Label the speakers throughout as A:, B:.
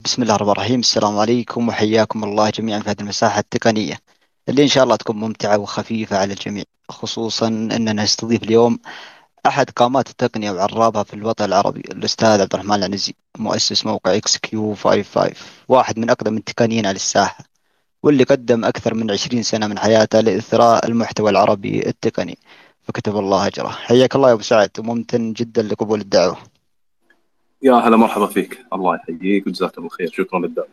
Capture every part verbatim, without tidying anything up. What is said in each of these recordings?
A: بسم الله الرحمن الرحيم. السلام عليكم وحياكم الله جميعا في هذه المساحة التقنية اللي إن شاء الله تكون ممتعة وخفيفة على الجميع، خصوصا أننا نستضيف اليوم أحد قامات التقنية وعرابها في الوطن العربي، الأستاذ عبد الرحمن العنزي، مؤسس موقع إكس كيو خمسة وخمسين، واحد من أقدم التقنيين على الساحة، واللي قدم أكثر من عشرين سنة من حياته لإثراء المحتوى العربي التقني، فكتب الله أجره. حياك الله يا أبو سعد، وممتن جدا لقبول الدعوة.
B: يا هلا مرحبا فيك، الله يحييك وجزاك الله خير، شكرا للدعم.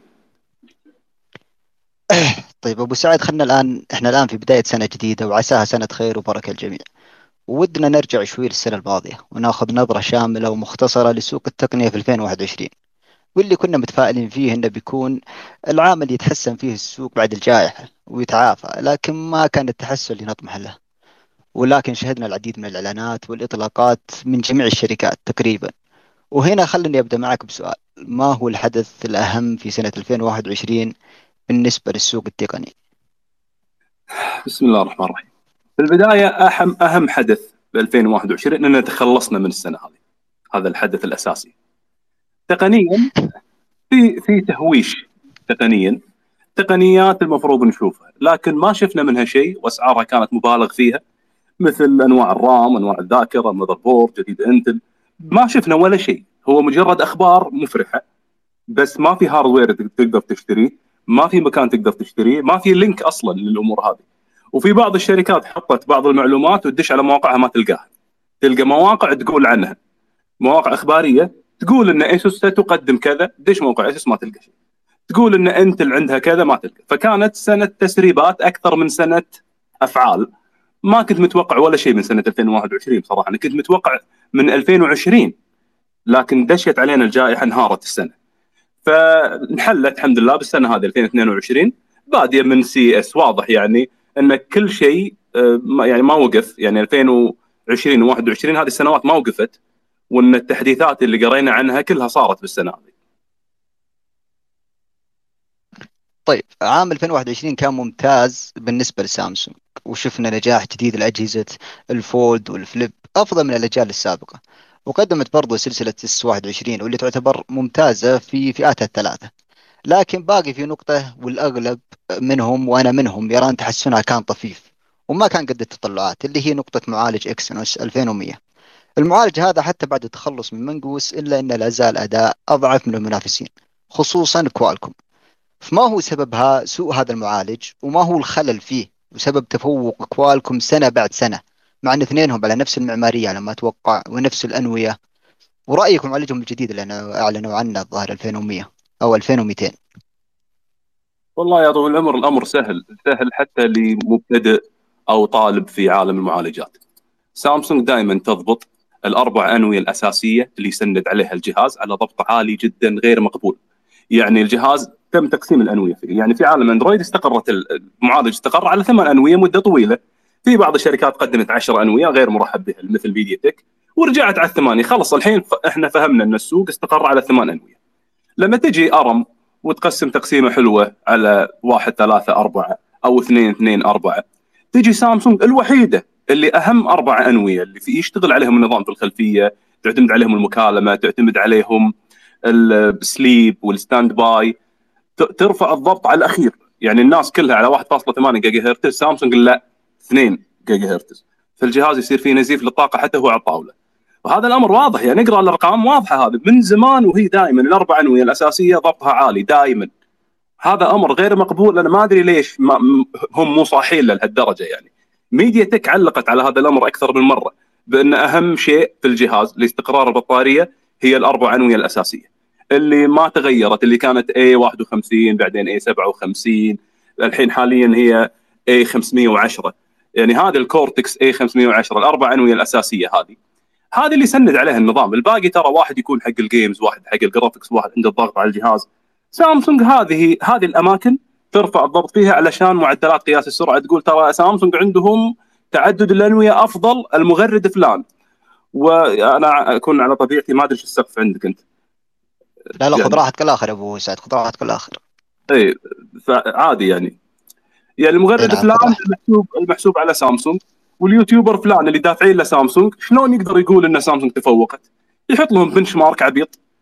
A: طيب أبو سعد، خلنا الآن إحنا الآن في بداية سنة جديدة وعساها سنة خير وبركة الجميع، ودنا نرجع شوي للسنة الماضية وناخذ نظرة شاملة ومختصرة لسوق التقنية في ألفين وواحد وعشرين، واللي كنا متفائلين فيه إنه بيكون العام اللي يتحسن فيه السوق بعد الجائحة ويتعافى، لكن ما كان التحسن اللي نطمح له. ولكن شهدنا العديد من الإعلانات والإطلاقات من جميع الشركات تقريبا. وهنا خلني أبدأ معك بسؤال: ما هو الحدث الأهم في سنة ألفين وواحد وعشرين بالنسبة للسوق التقني؟
B: بسم الله الرحمن الرحيم. في البداية أهم أهم حدث ب ألفين وواحد وعشرين أننا تخلصنا من السنة هذه. هذا الحدث الأساسي. تقنيا في في تهويش تقنيا، تقنيات المفروض نشوفها لكن ما شفنا منها شيء، وأسعارها كانت مبالغ فيها، مثل أنواع الرام، أنواع الذاكرة، المذر بورد، جديد انتل. ما شفنا ولا شيء، هو مجرد أخبار مفرحة، بس ما في هاردوير تقدر تشتريه، ما في مكان تقدر تشتريه، ما في لينك اصلا للامور هذه. وفي بعض الشركات حطت بعض المعلومات وتدش على مواقعها ما تلقاها، تلقى مواقع تقول عنها، مواقع اخباريه تقول ان اسوس ستقدم كذا، دش موقع اسوس ما تلقى شيء، تقول ان انتل عندها كذا ما تلقى. فكانت سنه تسريبات اكثر من سنه افعال. ما كنت متوقع ولا شيء من سنه ألفين وواحد وعشرين بصراحه، انا كنت متوقع من ألفين وعشرين، لكن دشت علينا الجائحه انهارت السنه. فانحلت الحمد لله بالسنه هذه ألفين واثنين وعشرين، باديه من سي اس، واضح يعني ان كل شيء آه، يعني ما وقف. يعني ألفين وعشرين وواحد وعشرين هذه السنوات ما وقفت، وان التحديثات اللي قرينا عنها كلها صارت بالسنه هذه.
A: طيب، عام ألفين وواحد وعشرين كان ممتاز بالنسبة لسامسونج، وشفنا نجاح جديد لأجهزة الفولد والفليب أفضل من الأجيال السابقة، وقدمت برضو سلسلة اس واحد وعشرين واللي تعتبر ممتازة في فئاتها الثلاثة. لكن باقي في نقطة، والأغلب منهم وأنا منهم يرى أن تحسنها كان طفيف وما كان قد التطلعات، اللي هي نقطة معالج إكسينوس ألفين ومية. المعالج هذا حتى بعد التخلص من منقوس إلا أنه لا زال أداء أضعف من المنافسين، خصوصا كوالكوم. فما هو سببها سوء هذا المعالج، وما هو الخلل فيه وسبب تفوق كوالكوم سنة بعد سنة، مع ان اثنينهم على نفس المعمارية على ما اتوقع ونفس الأنوية؟ ورأيكم معالجهم الجديد اللي أنا- اعلنوا عنه الظاهر ألفين ومية او ألفين ومئتين؟
B: والله يا طويل العمر، الامر سهل سهل حتى لمبتدئ او طالب في عالم المعالجات. سامسونج دائما تضبط الاربع انويه الاساسيه اللي يسند عليها الجهاز على ضبط عالي جدا غير مقبول. يعني الجهاز تم تقسيم الانويه فيه، يعني في عالم اندرويد استقرت المعالج استقر على ثمان انويه مده طويله. في بعض الشركات قدمت عشر انويه غير مرحب بها مثل ميديا تك، ورجعت على الثمانيه. خلص الحين احنا فهمنا ان السوق استقر على ثمان انويه. لما تجي ارم وتقسم تقسيمه حلوه على واحد ثلاثه اربعه او اثنين اثنين اربعه، تجي سامسونج الوحيده اللي اهم اربع انويه اللي في يشتغل عليهم النظام في الخلفيه، تعتمد عليهم المكالمه، تعتمد عليهم السليب والستاند باي، ترفع الضبط على الاخير. يعني الناس كلها على واحد فاصلة ثمانية جيجا هرتز، سامسونج لا، اثنين جيجا هرتز. فالجهاز يصير فيه نزيف للطاقه حتى هو على الطاوله. وهذا الامر واضح، يعني نقرا الارقام واضحه، هذا من زمان وهي دائما الاربع انويه الاساسيه ضبطها عالي دائما. هذا امر غير مقبول. انا ما ادري ليش ما هم مو صاحين لهالدرجه. يعني ميديا تك علقت على هذا الامر اكثر من مره، بان اهم شيء في الجهاز لاستقرار البطاريه هي الاربع انويه الاساسيه اللي ما تغيرت، اللي كانت إيه واحد وخمسين بعدين إيه سبعة وخمسين، الحين حاليا هي إيه خمسمية وعشرة. يعني هذا الكورتكس إيه خمسمية وعشرة، الاربع انويه الاساسيه هذه هذه اللي يسند عليها النظام. الباقي ترى واحد يكون حق الجيمز، واحد حق الجرافكس، واحد عنده الضغط على الجهاز. سامسونج هذه هذه الاماكن ترفع الضغط فيها علشان معدلات قياس السرعه، تقول ترى سامسونج عندهم تعدد الانويه افضل، المغرد فلان. وانا اكون على طبيعتي، ما ادري ايش السقف عندك انت.
A: لا لا، خذ
B: يعني
A: راحتك الآخر يا أبو سعد، خذ راحتك الآخر.
B: اي، فعادي يعني. يعني
A: اي
B: المغرد
A: نعم، خذ
B: فلان
A: راحتك.
B: المحسوب المحسوب على سامسونج، واليوتيوبر فلان اللي دافعين لسامسونج، شلون يقدر يقول ان سامسونج تفوقت؟ يحط لهم بنش مارك عبيط.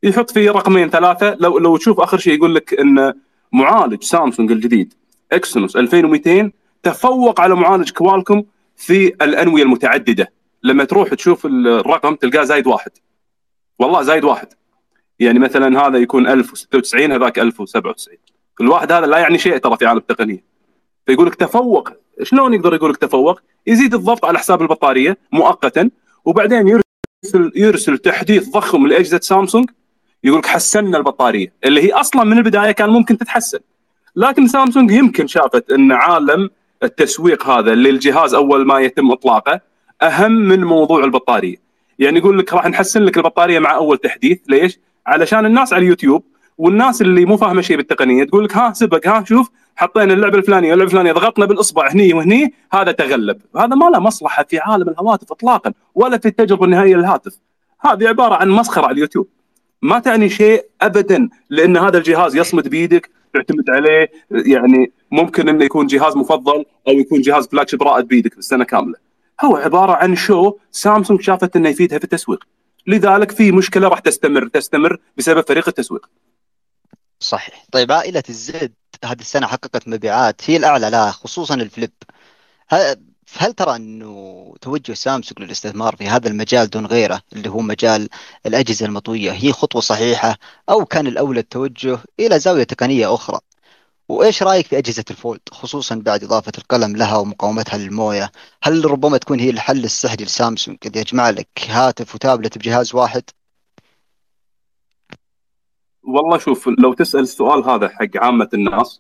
B: يحط فيه رقمين ثلاثه. لو لو تشوف اخر شيء يقول لك ان معالج سامسونج الجديد اكسينوس ألفين ومئتين تفوق على معالج كوالكوم في الانويه المتعدده. لما تروح تشوف الرقم تلقاه زايد واحد، والله زايد واحد. يعني مثلا هذا يكون ألف وستة وتسعين، هذاك ألف وسبعة وتسعين. الواحد هذا لا يعني شيء ترى في عالم التقنيه. فيقول لك تفوق. شلون يقدر يقول لك تفوق؟ يزيد الضغط على حساب البطاريه مؤقتا، وبعدين يرسل يرسل تحديث ضخم لاجهزه سامسونج يقول لك حسنا البطاريه اللي هي اصلا من البدايه كان ممكن تتحسن. لكن سامسونج يمكن شافت ان عالم التسويق هذا للجهاز اول ما يتم اطلاقه اهم من موضوع البطاريه. يعني يقول لك راح نحسن لك البطاريه مع اول تحديث. ليش؟ علشان الناس على اليوتيوب والناس اللي مو فاهمه شيء بالتقنيه تقول لك ها سبق، ها شوف حطينا اللعبه الفلانيه واللعبه الفلانيه، ضغطنا بالاصبع هني وهني، هذا تغلب. هذا ما له مصلحه في عالم الهواتف اطلاقا، ولا في التجربه النهائيه للهاتف. هذه عباره عن مسخره على اليوتيوب، ما تعني شيء ابدا. لان هذا الجهاز يصمد بيدك، تعتمد عليه. يعني ممكن انه يكون جهاز مفضل او يكون جهاز فلاج شيب رائد بيدك بالسنه كامله. هو عباره عن شو سامسونج شافت انه يفيدها في التسويق، لذلك في مشكله راح تستمر تستمر بسبب فريق التسويق.
A: صحيح. طيب عائلة الزد هذه السنة حققت مبيعات هي الأعلى لها، خصوصا الفليب. هل هل ترى أنه توجه سامسونج للاستثمار في هذا المجال دون غيره اللي هو مجال الأجهزة المطوية هي خطوة صحيحة، أو كان الأولى التوجه إلى زاوية تقنية أخرى؟ وإيش رأيك في أجهزة الفولد خصوصا بعد إضافة القلم لها ومقاومتها للموية؟ هل ربما تكون هي الحل السحري لسامسونج اللي يجمع لك هاتف وتابلت بجهاز واحد؟
B: والله شوف، لو تسال السؤال هذا حق عامه الناس،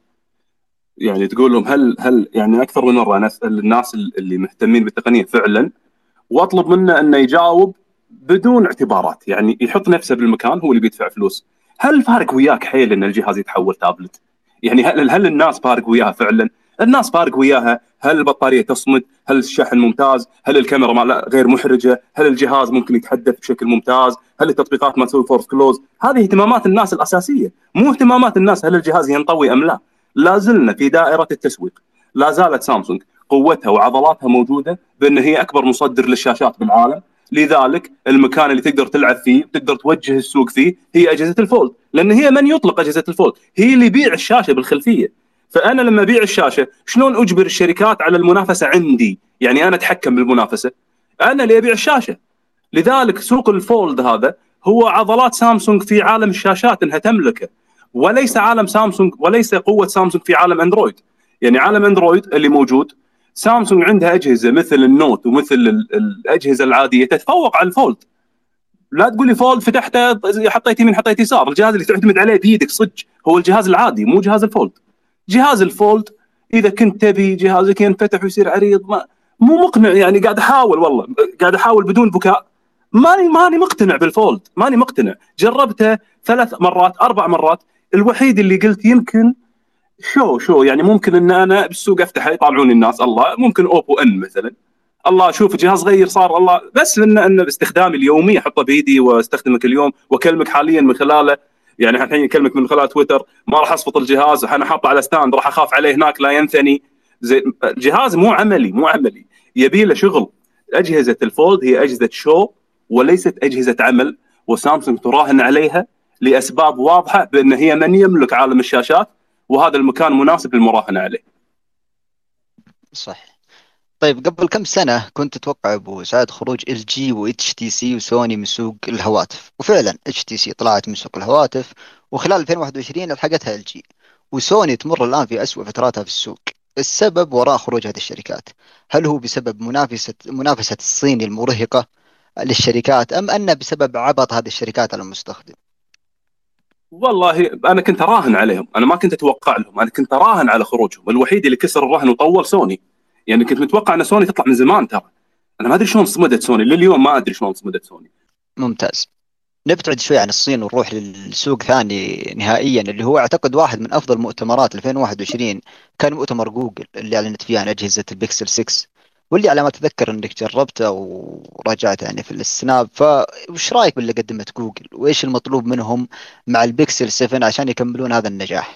B: يعني تقول لهم هل هل يعني اكثر من مره انا اسال الناس اللي مهتمين بالتقنيه فعلا، واطلب منه انه يجاوب بدون اعتبارات، يعني يحط نفسه بالمكان هو اللي بيدفع فلوس. هل فارق وياك حيل ان الجهاز يتحول تابلت؟ يعني هل هل الناس فارق وياها فعلا؟ الناس فارق وياها هل البطاريه تصمد؟ هل الشحن ممتاز؟ هل الكاميرا ما لا غير محرجه؟ هل الجهاز ممكن يتحدث بشكل ممتاز؟ هل التطبيقات ما تسوي فورس كلوز؟ هذه اهتمامات الناس الاساسيه، مو اهتمامات الناس هل الجهاز ينطوي ام لا. لا زلنا في دائره التسويق. لا زالت سامسونج قوتها وعضلاتها موجوده بان هي اكبر مصدر للشاشات بالعالم. لذلك المكان اللي تقدر تلعب فيه تقدر توجه السوق فيه هي اجهزه الفولد، لان هي من يطلق اجهزه الفولد، هي اللي يبيع الشاشه بالخلفيه. فانا لما ابيع الشاشه شلون اجبر الشركات على المنافسه عندي؟ يعني انا اتحكم بالمنافسه، انا اللي ابيع الشاشه. لذلك سوق الفولد هذا هو عضلات سامسونج في عالم الشاشات انها تملكه، وليس عالم سامسونج وليس قوه سامسونج في عالم اندرويد. يعني عالم اندرويد اللي موجود سامسونج عندها اجهزه مثل النوت ومثل الاجهزه العاديه تتفوق على الفولد. لا تقول لي فولد فتحته حطيت يمين حطيت يسار، الجهاز اللي تعتمد عليه بيدك صدق هو الجهاز العادي مو جهاز الفولد. جهاز الفولد اذا كنت تبي جهازك ينفتح ويصير عريض ما مو مقنع. يعني قاعد احاول، والله قاعد احاول بدون بكاء، ماني ماني مقتنع بالفولد، ماني مقتنع. جربته ثلاث مرات اربع مرات، الوحيد اللي قلت يمكن شو شو يعني ممكن ان انا بالسوق افتحه يطالعوني الناس، الله ممكن اوبو ان مثلا، الله اشوف جهاز غير صار الله، بس ان ان باستخدامي اليومي احطه بايدي واستخدمه كل يوم واكلمك حاليا من خلاله. يعني الحين اكلمك من خلال تويتر، ما راح اصفط الجهاز، انا حاطه على ستاند راح اخاف عليه هناك لا ينثني. زي الجهاز مو عملي مو عملي يبي له شغل. اجهزه الفولد هي اجهزه شو وليست اجهزه عمل، وسامسونج تراهن عليها لاسباب واضحه بان هي من يملك عالم الشاشات، وهذا المكان مناسب للمراهنه عليه.
A: صح. طيب قبل كم سنة كنت تتوقع أبو سعد خروج ال جي و اتش تي سي وسوني من سوق الهواتف؟ وفعلا اتش تي سي طلعت من سوق الهواتف، وخلال ألفين وواحد وعشرين لحقتها ال جي. وسوني تمر الآن في أسوأ فتراتها في السوق. السبب وراء خروج هذه الشركات، هل هو بسبب منافسة منافسة الصين المرهقة للشركات، أم أنه بسبب عبط هذه الشركات على المستخدم؟
B: والله انا كنت اراهن عليهم، انا ما كنت اتوقع لهم، انا كنت اراهن على خروجهم. الوحيد اللي كسر الرهن وطول سوني. يعني كنت متوقع ان سوني تطلع من زمان ترى. انا ما ادري شلون صمدت سوني لليوم، ما ادري شلون صمدت سوني.
A: ممتاز. نبتعد شوي عن الصين ونروح للسوق ثاني نهائيا، اللي هو اعتقد واحد من افضل مؤتمرات ألفين وواحد وعشرين، كان مؤتمر جوجل اللي اعلنت فيه عن اجهزه البيكسل ستة، واللي على ما اتذكر انك جربته وراجعته يعني في السناب. فوش رايك باللي قدمت جوجل، وايش المطلوب منهم مع البيكسل سبعة عشان يكملون هذا النجاح؟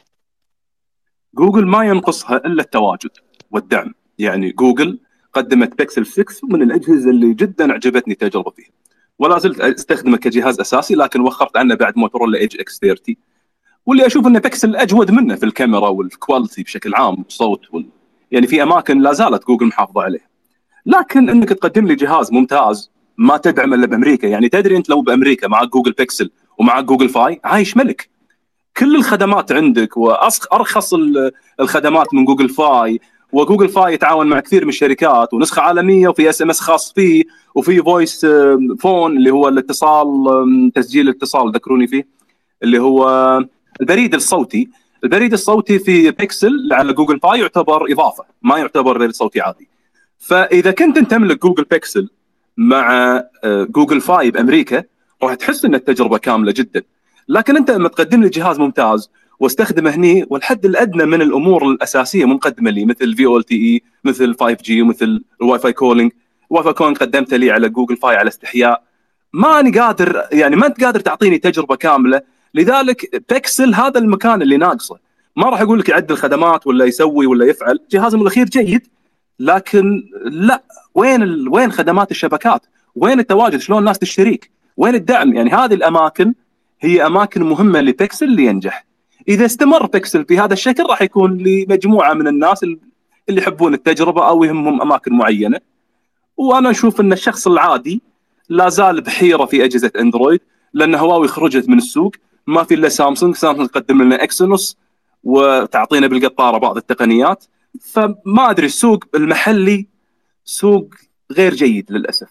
B: جوجل ما ينقصها الا التواجد والدعم. يعني جوجل قدمت بيكسل ستة من الاجهزه اللي جدا عجبتني تجربه فيها. ولا زلت استخدمه كجهاز اساسي، لكن وخرت عنه بعد موتورولا ايدج اكس ثلاثين، واللي اشوف ان بيكسل اجود منه في الكاميرا والكواليتي بشكل عام والصوت وال... يعني في اماكن لا زالت جوجل محافظه عليه. لكن انك تقدم لي جهاز ممتاز ما تدعم الا بامريكا، يعني تدري انت لو بامريكا مع جوجل بيكسل ومع جوجل فاي عايش ملك، كل الخدمات عندك وارخص الخدمات من جوجل فاي، وجوجل فاي يتعاون مع كثير من الشركات ونسخه عالميه وفي اس ام اس خاص فيه، وفي فويس فون اللي هو الاتصال، تسجيل الاتصال ذكروني فيه، اللي هو البريد الصوتي. البريد الصوتي في بيكسل على جوجل فاي يعتبر اضافه، ما يعتبر بريد صوتي عادي. فاذا كنت انت تملك جوجل بيكسل مع جوجل فاي بامريكا راح تحس ان التجربه كامله جدا. لكن انت لما تقدم لي جهاز ممتاز واستخدمه هني، والحد الادنى من الامور الاساسيه مو مقدمه لي، مثل في او ال تي اي، مثل فايف جي، ومثل الواي فاي كولينج. الواي فاي كولينج قدمته لي على جوجل فاي على استحياء، ما أنا قادر، يعني ما انت قادر تعطيني تجربه كامله. لذلك بيكسل هذا المكان اللي ناقصه. ما راح اقول لك يعدل خدمات ولا يسوي ولا يفعل، جهازهم الاخير جيد، لكن لا، وين ال... وين خدمات الشبكات؟ وين التواجد؟ شلون الناس تشتريك؟ وين الدعم؟ يعني هذه الاماكن هي اماكن مهمه لبيكسل لينجح. اذا استمر بيكسل في هذا الشكل راح يكون لمجموعه من الناس اللي يحبون التجربه او يهمهم اماكن معينه. وانا اشوف ان الشخص العادي لا زال بحيره في اجهزه اندرويد، لان هواوي خرجت من السوق، ما في الا سامسونج. سامسونج تقدم لنا اكسينوس وتعطينا بالقطاره بعض التقنيات. فما ادري، السوق المحلي سوق غير جيد للاسف.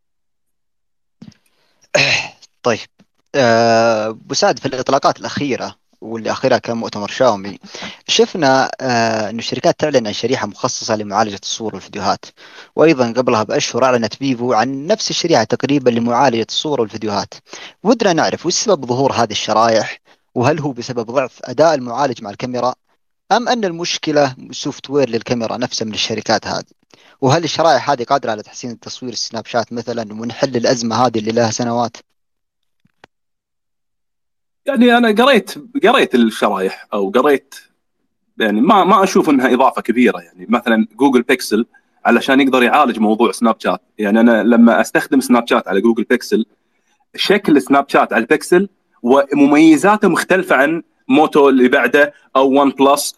A: طيب أه بساعد في الإطلاقات الأخيرة، واللي آخرها كان مؤتمر شاومي، شفنا أه أن الشركات تعلن عن شريحة مخصصة لمعالجة الصور والفيديوهات. وأيضا قبلها بأشهر أعلنت فيفو عن نفس الشريحة تقريبا لمعالجة الصور والفيديوهات. ودنا نعرف وش سبب ظهور هذه الشرائح، وهل هو بسبب ضعف أداء المعالج مع الكاميرا، أم أن المشكلة سوفت وير للكاميرا نفسها من الشركات هذه؟ وهل الشرائح هذه قادرة على تحسين التصوير السناب شات مثلا ونحل الأزمة هذه اللي لها سنوات؟
B: يعني انا قريت قريت الشرايح او قريت، يعني ما ما اشوف انها اضافه كبيره. يعني مثلا جوجل بيكسل علشان يقدر يعالج موضوع سناب شات، يعني انا لما استخدم سناب شات على جوجل بيكسل، شكل سناب شات على البيكسل ومميزاته مختلفه عن موتو اللي بعده او ون بلس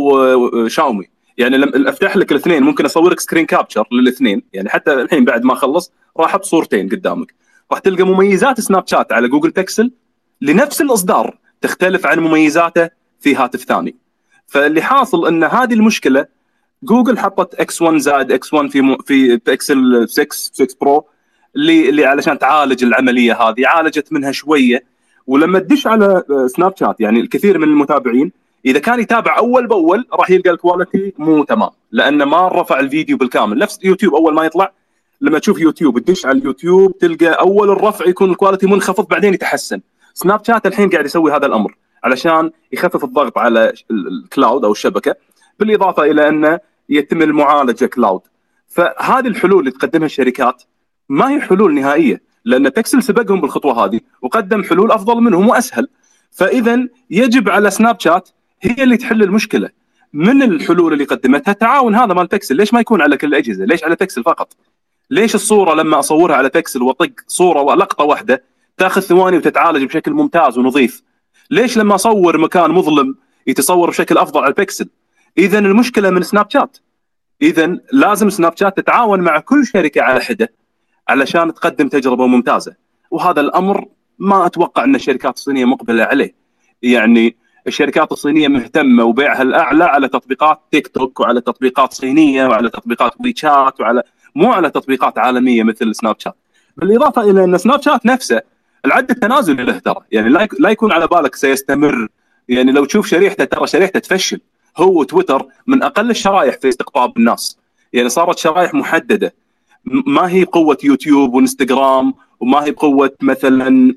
B: او شاومي. يعني لما افتح لك الاثنين ممكن اصور لك سكرين كابتشر للاثنين، يعني حتى الحين بعد ما اخلص راح احط صورتين قدامك، راح تلقى مميزات سناب شات على جوجل بيكسل لنفس الاصدار تختلف عن مميزاته في هاتف ثاني. فاللي حاصل ان هذه المشكله، جوجل حطت اكس ون زائد اكس ون في م... في بيكسل ستة ستة برو اللي اللي علشان تعالج العمليه هذه، عالجت منها شويه. ولما تدش على سناب شات، يعني الكثير من المتابعين اذا كان يتابع اول باول راح يلقى الكواليتي مو تمام، لانه ما رفع الفيديو بالكامل. نفس يوتيوب اول ما يطلع، لما تشوف يوتيوب تدش على اليوتيوب تلقى اول الرفع يكون الكواليتي منخفض بعدين يتحسن. سناب شات الحين قاعد يسوي هذا الامر علشان يخفف الضغط على الكلاود او الشبكه، بالاضافه الى انه يتم المعالجه كلاود. فهذه الحلول اللي تقدمها الشركات ما هي حلول نهائيه، لان بيكسل سبقهم بالخطوه هذه وقدم حلول افضل منهم واسهل. فاذا يجب على سناب شات هي اللي تحل المشكله. من الحلول اللي قدمتها التعاون هذا مال بيكسل، ليش ما يكون على كل الاجهزه؟ ليش على بيكسل فقط؟ ليش الصوره لما اصورها على بيكسل واطق صوره ولقطه واحده تاخذ ثواني وتتعالج بشكل ممتاز ونظيف؟ ليش لما اصور مكان مظلم يتصور بشكل افضل على البيكسل؟ اذا المشكله من سناب شات. اذا لازم سناب شات تتعاون مع كل شركه على حده علشان تقدم تجربه ممتازه، وهذا الامر ما اتوقع ان الشركات الصينيه مقبله عليه. يعني الشركات الصينيه مهتمه وبيعها الاعلى على تطبيقات تيك توك وعلى تطبيقات صينيه وعلى تطبيقات ويتشات، وعلى مو على تطبيقات عالميه مثل سناب شات. بالاضافه الى ان سناب شات نفسه العد التنازلي له ترى، يعني لا يكون على بالك سيستمر. يعني لو تشوف شريحته ترى شريحته تفشل. هو تويتر من اقل الشرائح في استقطاب الناس، يعني صارت شرائح محدده، ما هي بقوه يوتيوب وانستغرام، وما هي بقوه مثلا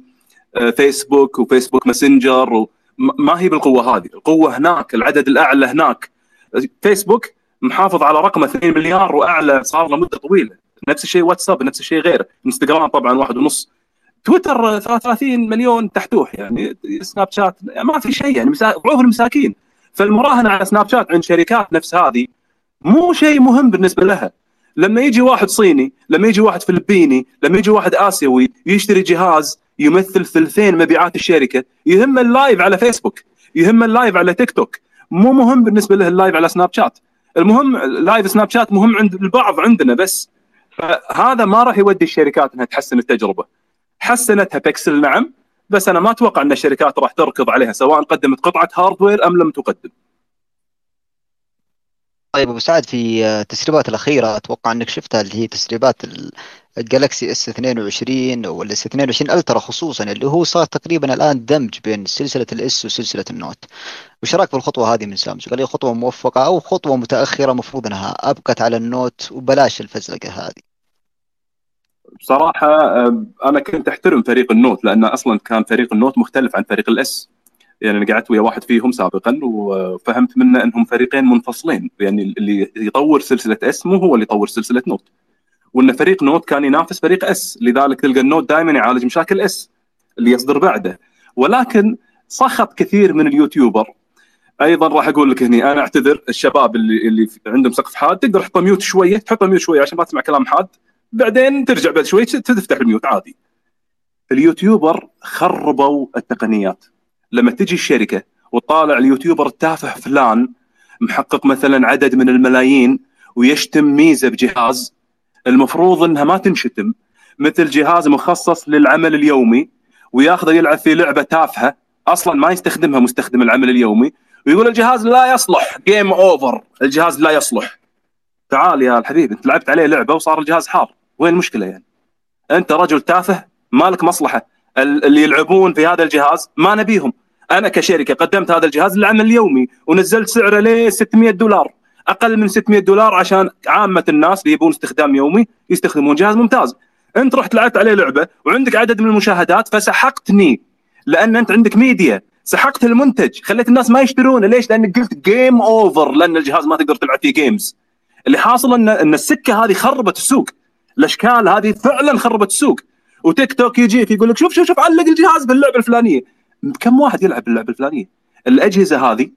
B: فيسبوك وفيسبوك ماسنجر، ما هي بالقوه هذه. القوه هناك، العدد الاعلى هناك. فيسبوك محافظ على رقم اثنين مليار واعلى صار له مده طويله. نفس الشيء واتساب، نفس الشيء غيره. انستغرام طبعا واحد ونص. تويتر ثلاثين مليون تحتوح. يعني سناب شات ما في شيء، يعني ضعوف المساكين. فالمراهنه على سناب شات عند شركات نفس هذه مو شيء مهم بالنسبه لها، لما يجي واحد صيني، لما يجي واحد فلبيني، لما يجي واحد آسيوي يشتري جهاز يمثل ثلثين مبيعات الشركة، يهم اللايف على فيسبوك، يهم اللايف على تيك توك، مو مهم بالنسبة له اللايف على سناب شات. المهم لايف سناب شات مهم عند البعض، عندنا بس. فهذا ما راح يودي الشركات انها تحسن التجربة. حسنتها بيكسل نعم، بس انا ما اتوقع ان الشركات راح تركض عليها سواء قدمت قطعة هاردوير ام لم تقدم.
A: طيب ابو سعد، في التسريبات الاخيره اتوقع انك شفتها، اللي هي تسريبات الجالكسي اس اثنين وعشرين ولا اس اثنين وعشرين الترا خصوصا، اللي هو صار تقريبا الان دمج بين سلسله الاس وسلسله النوت. وش رايك في الخطوه هذه من سامسونج؟ هل هي خطوه موفقه او خطوه متاخره مفروض انها ابقت على النوت وبلاش الفزلقه هذه؟
B: بصراحة انا كنت احترم فريق النوت، لان اصلا كان فريق النوت مختلف عن فريق الاس. يعني انا قعدت ويا واحد فيهم سابقا وفهمت منه انهم فريقين منفصلين، يعني اللي يطور سلسله اس مو هو اللي يطور سلسله نوت، وان فريق نوت كان ينافس فريق اس، لذلك تلقى النوت دائما يعالج مشاكل اس اللي يصدر بعده. ولكن سخط كثير من اليوتيوبر. ايضا راح اقول لك هني، انا اعتذر الشباب اللي اللي عندهم سقف حاد، تقدر تحطه ميوت شويه، تحطه ميوت شويه عشان ما تسمع كلام حاد، بعدين ترجع بعد شوي تفتح الميوت عادي. اليوتيوبر خربوا التقنيات. لما تجي الشركه وطالع اليوتيوبر التافه فلان محقق مثلا عدد من الملايين ويشتم ميزه بجهاز، المفروض انها ما تنشتم، مثل جهاز مخصص للعمل اليومي وياخذه يلعب في لعبه تافهه اصلا ما يستخدمها مستخدم العمل اليومي، ويقول الجهاز لا يصلح، جيم اوفر، الجهاز لا يصلح. تعال يا الحبيب، انت لعبت عليه لعبه وصار الجهاز حار، وين المشكله يعني؟ انت رجل تافه مالك مصلحه، اللي يلعبون في هذا الجهاز ما نبيهم. انا كشركه قدمت هذا الجهاز للعمل اليومي ونزلت سعره ل ستمية دولار، اقل من ستمية دولار، عشان عامه الناس اللي يبون استخدام يومي يستخدمون جهاز ممتاز. انت رحت لعبت عليه لعبه وعندك عدد من المشاهدات فسحقتني، لان انت عندك ميديا، سحقت المنتج، خليت الناس ما يشترونه. ليش؟ لانك قلت جيم اوفر، لان الجهاز ما تقدر تلعب فيه جيمز. اللي حاصل ان ان السكه هذه خربت السوق، الاشكال هذه فعلا خربت السوق. وتيك توك يجيك يقول لك شوف شوف شوف علق الجهاز باللعبه الفلانيه. كم واحد يلعب باللعبه الفلانيه؟ الاجهزه هذه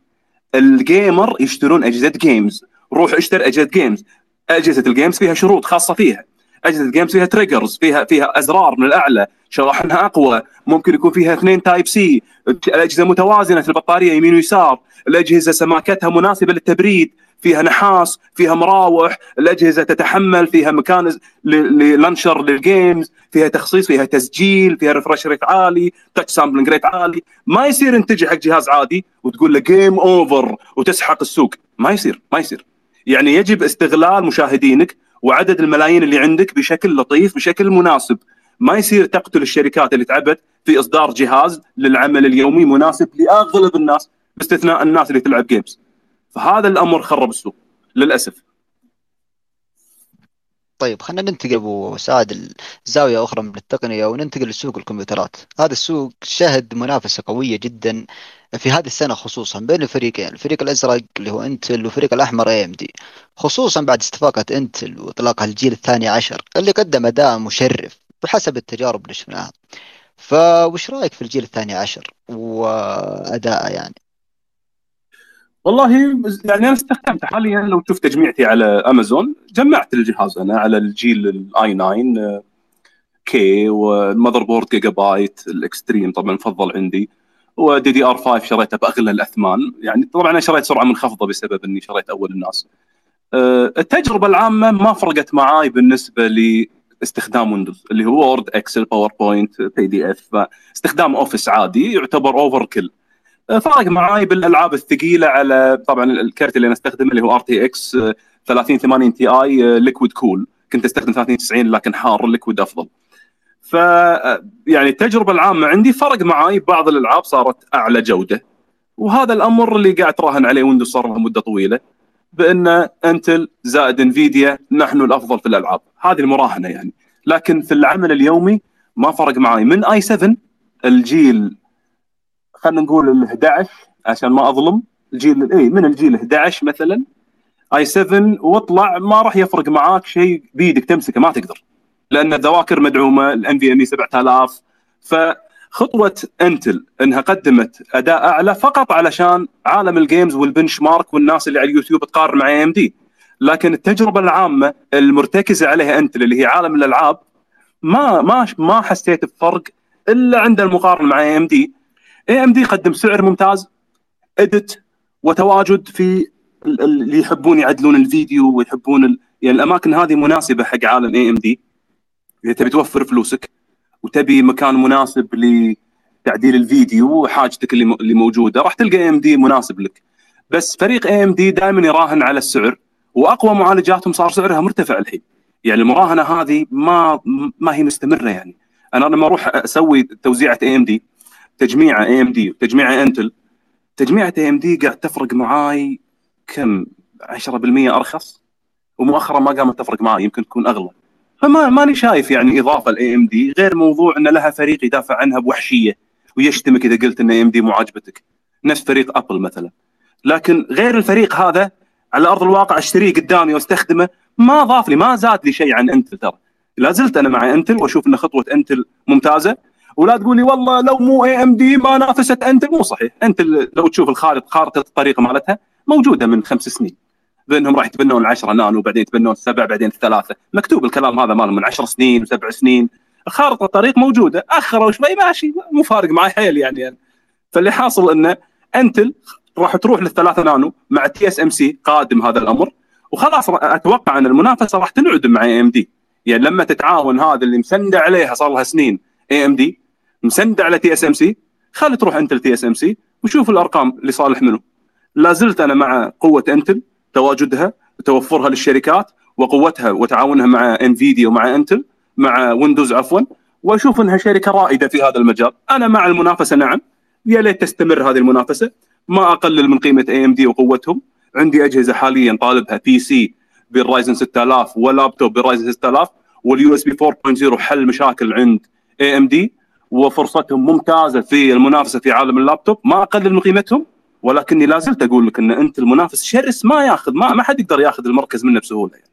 B: الجيمر يشترون اجهزه جيمز، روح اشتري اجهزه جيمز. اجهزه الجيمز فيها شروط خاصه فيها، اجهزه الجيمز فيها تريجرز، فيها فيها ازرار من الاعلى، شواحنها اقوى، ممكن يكون فيها اثنين تايب سي، الاجهزه متوازنه البطاريه يمين ويسار، الاجهزه سماكتها مناسبه للتبريد، فيها نحاس، فيها مراوح، الاجهزه تتحمل، فيها مكان للانشر للجيمز، فيها تخصيص، فيها تسجيل، فيها ريفرش ريت عالي، تاتش سامبلنج ريت عالي. ما يصير انت تجي حق جهاز عادي وتقول له جيم اوفر وتسحق السوق، ما يصير ما يصير. يعني يجب استغلال مشاهدينك وعدد الملايين اللي عندك بشكل لطيف، بشكل مناسب. ما يصير تقتل الشركات اللي تعبت في اصدار جهاز للعمل اليومي مناسب لاغلب الناس باستثناء الناس اللي تلعب جيمز. فهذا الامر خرب السوق للاسف.
A: طيب خلينا ننتقل ابو سعد لزاويه اخرى من التقنيه وننتقل لسوق الكمبيوترات. هذا السوق شهد منافسه قويه جدا في هذه السنه، خصوصا بين الفريقين، الفريق الازرق اللي هو انتل والفريق الاحمر اي ام دي، خصوصا بعد استفاقه انتل واطلاقها الجيل الثاني عشر اللي قدم اداء مشرف بحسب التجارب اللي شفناها. فوش رايك في الجيل الثاني عشر واداءه يعني؟
B: والله يعني انا استخدمت حاليا، لو تشوف تجميعتي على امازون جمعت الجهاز انا على الجيل الاي تسعة كي، والمذر بورد جيجا بايت الاكستريم طبعا مفضل عندي، ودي دي ار خمسة شريته باغلى الاثمان. يعني طبعا انا شريت سرعه منخفضه بسبب اني شريت اول الناس. التجربه العامه ما فرقت معاي بالنسبه لاستخدام ويندوز، اللي هو وورد، اكسل، باوربوينت، بي دي اف، استخدام اوفيس عادي يعتبر اوفر كل. فرق معاي بالالعاب الثقيله على طبعا الكارت اللي انا استخدمه اللي هو ار تي اكس ثلاثين ثمانين تي اي ليكويد كول، كنت استخدم ثلاثين تسعين لكن حار الليكويد افضل. ف يعني التجربه العامه عندي فرق معاي، بعض الالعاب صارت اعلى جوده، وهذا الامر اللي قاعد تراهن عليه ويندوز صار له مده طويله، بان انتل زائد انفيديا نحن الافضل في الالعاب، هذه المراهنه يعني. لكن في العمل اليومي ما فرق معاي من اي سبعة الجيل، خلينا نقول ال احد عشر عشان ما اظلم، الجيل اي من الجيل احد عشر مثلا اي سبعة واطلع، ما راح يفرق معاك شيء بيدك تمسكه ما تقدر، لان الذواكر مدعومه، الان في ام اي سبعة آلاف. فخطوه انتل انها قدمت اداء اعلى فقط علشان عالم الجيمز والبنش مارك والناس اللي على اليوتيوب تقارن مع اي ام دي، لكن التجربه العامه المرتكزه عليها انتل اللي هي عالم الالعاب ما ما ما حسيت بفرق الا عند المقارنه مع اي ام دي. اي ام دي قدم سعر ممتاز، ادت، وتواجد في اللي يحبون يعدلون الفيديو ويحبون ال... يعني الاماكن هذه مناسبه حق عالم اي ام دي. اذا تبي توفر فلوسك وتبي مكان مناسب لتعديل الفيديو وحاجتك اللي اللي موجوده، راح تلقى اي ام دي مناسب لك. بس فريق اي ام دي دائما يراهن على السعر، واقوى معالجاتهم صار سعرها مرتفع الحين. يعني المراهنه هذه ما ما هي مستمره. يعني انا لما اروح اسوي توزيعه اي ام دي، تجميعه اي ام دي وتجميعه انتل، تجميعه اي ام دي قاعد تفرق معاي كم عشرة بالمئة ارخص، ومؤخرا ما قامت تفرق معاي، يمكن تكون اغلى. فما ماني شايف يعني اضافه لاي ام دي غير موضوع ان لها فريق يدافع عنها بوحشيه ويشتمك اذا قلت ان اي ام دي مو عاجبتك، نفس فريق ابل مثلا. لكن غير الفريق هذا على ارض الواقع اشتريه قدامي واستخدمه، ما ضاف لي، ما زاد لي شيء عن انتل. ترى لا زلت انا مع انتل واشوف ان خطوه انتل ممتازه. ولا تقول لي والله لو مو اي ام دي ما نافست انتل، مو صحيح. انتل لو تشوف الخارطه خارطه الطريق مالتها موجوده من خمس سنين، بانهم راح يتبنون العشرة نانو وبعدين يتبنون السبع بعدين الثلاثه، مكتوب الكلام هذا مالهم من عشر سنين وسبع سنين. خارطه الطريق موجوده، اخروا شوي ماشي، مو فارق معي حيل يعني, يعني. فاللي حاصل انه انتل راح تروح للثلاثة نانو مع تي اس ام سي قادم هذا الامر، وخلاص اتوقع ان المنافسه راح تنعدم مع اي ام دي. يعني لما تتعاون هذا اللي مسنده عليها صار لها سنين اي ام دي مسنده على تي اس ام سي، خلي تروح انتل تي اس ام سي وشوف الارقام لصالح منه. لا زلت انا مع قوه انتل، تواجدها وتوفرها للشركات وقوتها وتعاونها مع انفيديا ومع انتل مع ويندوز عفوا، واشوف انها شركه رائده في هذا المجال. انا مع المنافسه نعم، يا ليت تستمر هذه المنافسه، ما اقلل من قيمه اي ام دي وقوتهم. عندي اجهزه حاليا طالبها بي سي بالرايزن ستة آلاف ولابتوب بالرايزن ستة آلاف، واليو اس بي أربعة نقطة صفر حل مشاكل عند اي ام دي، وفرصتهم ممتازه في المنافسه في عالم اللابتوب. ما اقلل من قيمتهم، ولكني لا زلت اقول لك ان انت المنافس شرس، ما ياخذ ما, ما حد يقدر ياخذ المركز منه بسهوله يعني.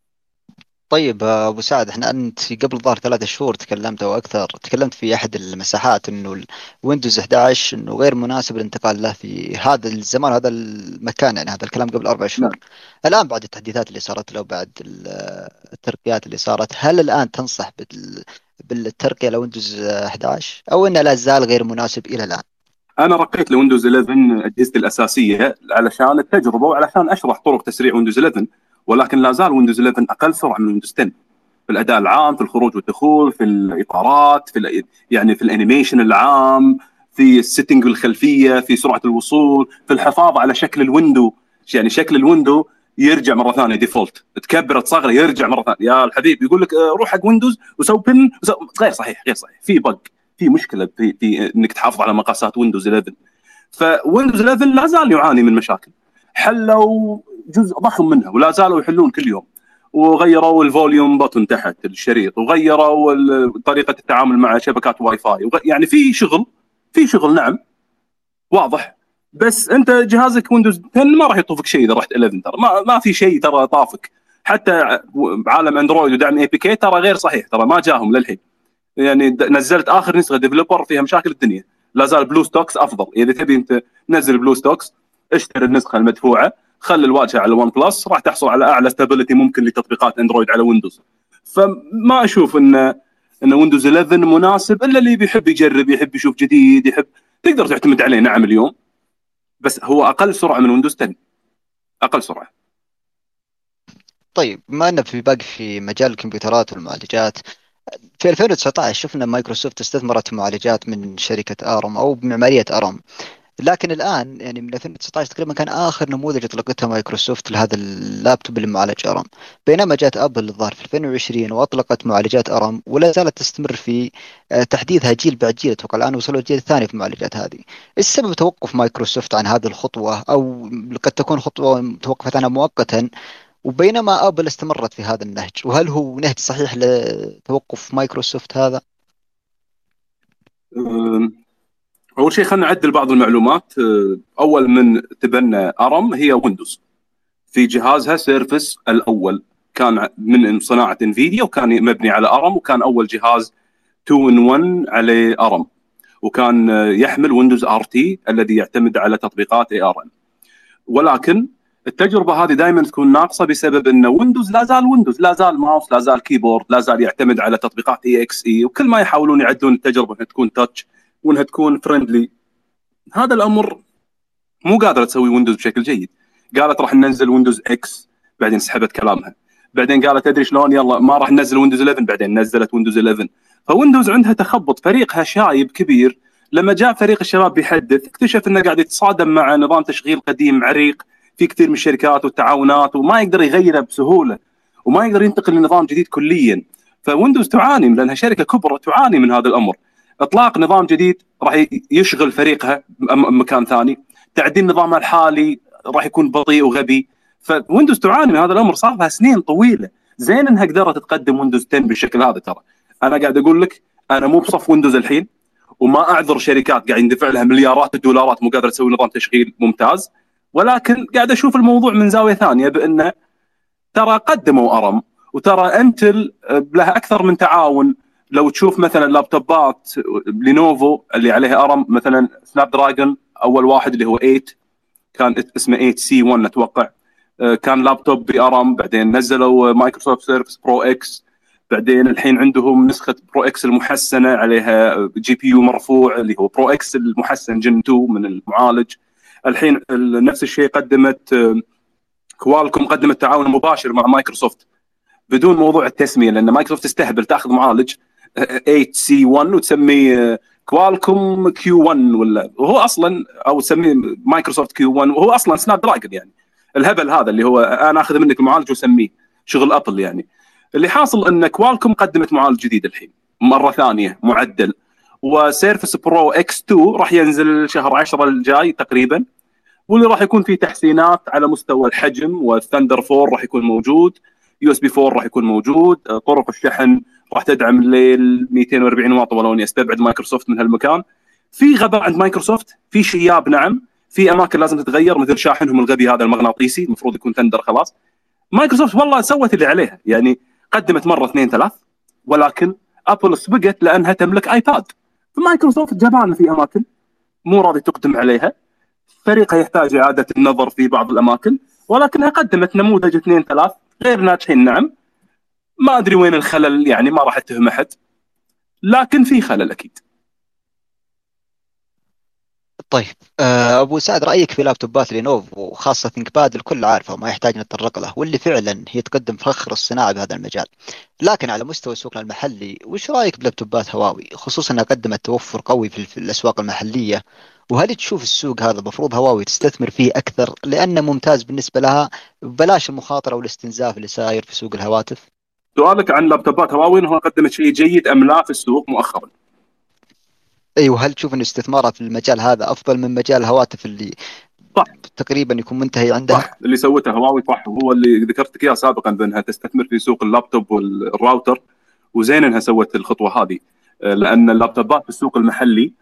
A: طيب آه، ابو سعد، احنا انت قبل ظهر ثلاثة شهور تكلمت او اكثر، تكلمت في احد المساحات انه الويندوز احد عشر انه غير مناسب الانتقال له في هذا الزمان هذا المكان. يعني هذا الكلام قبل اربع شهور.
B: نعم.
A: الان بعد التحديثات اللي صارت له وبعد ال- الترقيات اللي صارت، هل الان تنصح بال- بالترقية لويندوز احد عشر او انه لا زال غير مناسب الى الان؟
B: انا رقيت لويندوز إحدى عشر اجهزتي الاساسيه علشان التجربه وعلشان اشرح طرق تسريع ويندوز إحدى عشر، ولكن لا زال ويندوز إحدى عشر اقل سرعه من ويندوز عشرة في الاداء العام، في الخروج والدخول، في الاطارات، في ال- يعني في الانيميشن العام، في السيتنج الخلفيه، في سرعه الوصول، في الحفاظ على شكل الويندو. يعني شكل الويندو يرجع مره ثانيه ديفولت، تكبر تصغر يرجع مره ثانيه. يا الحبيب يقول لك آه، روح حق ويندوز وسوي بن وسو... غير صحيح، غير صحيح، في بق، في مشكله في, في انك تحافظ على مقاسات ويندوز إحدى عشر. فويندوز إحدى عشر لا زال يعاني من مشاكل، حلوا جزء ضخم منها ولا زالوا يحلون كل يوم. وغيروا الفوليوم بutton تحت الشريط، وغيروا ال- طريقه التعامل مع شبكات واي فاي، وغ... يعني في شغل، في شغل نعم واضح. بس انت جهازك ويندوز عشرة ما راح يطوفك شيء اذا رحت إحدى عشر، ترى ما ما في شيء ترى طافك. حتى عالم اندرويد ودعم اي بي كي ترى غير صحيح، ترى ما جاهم للحين. يعني د- نزلت اخر نسخه ديفلوبر فيها مشاكل الدنيا. لا زال بلو ستوكس افضل. اذا تبي انت نزل بلو ستوكس، اشتري النسخه المدفوعه، خلي الواجهه على ون بلس، راح تحصل على اعلى ستابيليتي ممكن لتطبيقات اندرويد على ويندوز. فما اشوف ان ان ويندوز إحدى عشر مناسب الا اللي بيحب يجرب، يحب يشوف جديد، يحب تقدر تعتمد عليه نعم اليوم، بس هو اقل سرعه من ويندوز عشرة، اقل سرعه.
A: طيب بما أننا في باقي في مجال الكمبيوترات والمعالجات، في ألفين وتسعة عشر شفنا مايكروسوفت استثمرت في معالجات من شركة آرم أو بمعمارية آرم. لكن الآن يعني من ألفين وتسعة عشر تقريبا كان آخر نموذج أطلقتها مايكروسوفت لهذا اللابتوب اللي معالج أرم. بينما جاءت أبل الظاهر في ألفين وعشرين وأطلقت معالجات أرم، ولا زالت تستمر في آه، تحديثها جيل بعد جيل. أتوقع الآن وصلوا الجيل الثاني في المعالجات هذه. إيش سبب توقف مايكروسوفت عن هذه الخطوة؟ أو قد تكون خطوة توقفت عنها مؤقتا، وبينما ابل استمرت في هذا النهج. وهل هو نهج صحيح لتوقف مايكروسوفت هذا؟
B: أم، اول شيء خلينا نعدل بعض المعلومات. أه، اول من تبنى ارم هي ويندوز، في جهازها سيرفس الاول كان من صناعه انفيديا وكان مبني على ارم، وكان اول جهاز اثنين إن واحد عليه ارم، وكان يحمل ويندوز ار تي الذي يعتمد على تطبيقات اي ار ام. ولكن التجربه هذه دائما تكون ناقصه بسبب ان ويندوز لا زال ويندوز، لا زال ماوس، لا زال كيبورد، لا زال يعتمد على تطبيقات اي اكس اي، وكل ما يحاولون يعدلون التجربه انها تكون تاتش وانها تكون فريندلي. هذا الامر مو قادره تسوي ويندوز بشكل جيد. قالت راح ننزل ويندوز اكس، بعدين سحبت كلامها. بعدين قالت ادري شلون، يلا ما راح ننزل ويندوز إحدى عشر، بعدين نزلت ويندوز إحدى عشر. فويندوز عندها تخبط، فريقها شايب كبير. لما جاء فريق الشباب بيحدث، اكتشف انه قاعد يتصادم مع نظام تشغيل قديم عريق في كثير من الشركات والتعاونات، وما يقدر يغيره بسهوله، وما يقدر ينتقل لنظام جديد كليا. فويندوز تعاني لانها شركه كبرى، تعاني من هذا الامر. اطلاق نظام جديد راح يشغل فريقها مكان ثاني، تعديل نظامها الحالي راح يكون بطيء وغبي. فويندوز تعاني من هذا الامر، صار لها سنين طويله. زين انها قدرت تقدم ويندوز عشرة بالشكل هذا. ترى انا قاعد اقول لك انا مو بصف ويندوز الحين، وما اعذر شركات قاعد يندفع لها مليارات الدولارات مو قادره تسوي نظام تشغيل ممتاز، ولكن قاعد اشوف الموضوع من زاويه ثانيه، بانه ترى قدموا ارم، وترى انتل لها اكثر من تعاون. لو تشوف مثلا لابتوبات لينوفو اللي عليها ارم، مثلا سناب دراجون اول واحد اللي هو ثمانية، كان اسمه ثمانية سي واحد اتوقع، كان لابتوب بارم. بعدين نزلوا مايكروسوفت سيرفس برو اكس، بعدين الحين عندهم نسخه برو اكس المحسنه عليها جي بي يو مرفوع اللي هو برو اكس المحسن جن اثنين من المعالج. الحين نفس الشيء قدمت كوالكوم، قدمت تعاون مباشر مع مايكروسوفت بدون موضوع التسميه، لان مايكروسوفت تستهبل تاخذ معالج ثمانية سي واحد وتسميه كوالكوم كيو واحد، ولا وهو اصلا، او تسميه مايكروسوفت كيو واحد وهو اصلا سناب دراجون. يعني الهبل هذا اللي هو انا اخذ منك المعالج واسميه شغل ابل. يعني اللي حاصل ان كوالكوم قدمت معالج جديد الحين مره ثانيه معدل، وسيرفس برو اكس اثنين راح ينزل شهر عشرة الجاي تقريبا، واللي راح يكون فيه تحسينات على مستوى الحجم، والثندر أربعة راح يكون موجود، يو اس بي أربعة راح يكون موجود، طرق الشحن راح تدعم لل مئتين وأربعين واط، ولو اني استبعد مايكروسوفت من هالمكان. في غباء عند مايكروسوفت، في شياب، نعم، في اماكن لازم تتغير، مثل شاحنهم الغبي هذا المغناطيسي المفروض يكون ثندر خلاص. مايكروسوفت والله سوت اللي عليها، يعني قدمت مره اثنين ثلاث، ولكن ابل سبقت لانها تملك ايباد. فمايكروسوفت جبانه في اماكن مو راضي تقدم عليها، فريقها يحتاج إعادة النظر في بعض الأماكن، ولكنها قدمت نموذج اثنين ثلاث غير ناجحين. نعم، ما أدري وين الخلل، يعني ما راح أتهم أحد، لكن في خلل أكيد.
A: طيب آه، ابو سعد، رايك في لابتوبات لينوفو وخاصه ثينك باد؟ الكل عارفه وما يحتاج نتطرق له، واللي فعلا هي تقدم فخر الصناعه بهذا المجال. لكن على مستوى سوقنا المحلي، وش رايك بلابتوبات هواوي، خصوصا انها قدمت توفر قوي في في الاسواق المحليه؟ وهل تشوف السوق هذا المفروض هواوي تستثمر فيه اكثر لانه ممتاز بالنسبه لها، بلاش المخاطره والاستنزاف اللي صاير في سوق الهواتف؟
B: سؤالك عن لابتوبات هواوي انها قدمت شيء جيد ام لا في السوق مؤخرا؟
A: ايوه، هل تشوف ان استثمارها في المجال هذا افضل من مجال الهواتف اللي
B: صح،
A: تقريبا يكون منتهي عندها؟
B: صح، اللي سوته هواوي صح، وهو اللي ذكرت لك اياه سابقا بانها تستثمر في سوق اللابتوب والراوتر، وزين انها سوت الخطوه هذه، لان اللابتوبات في السوق المحلي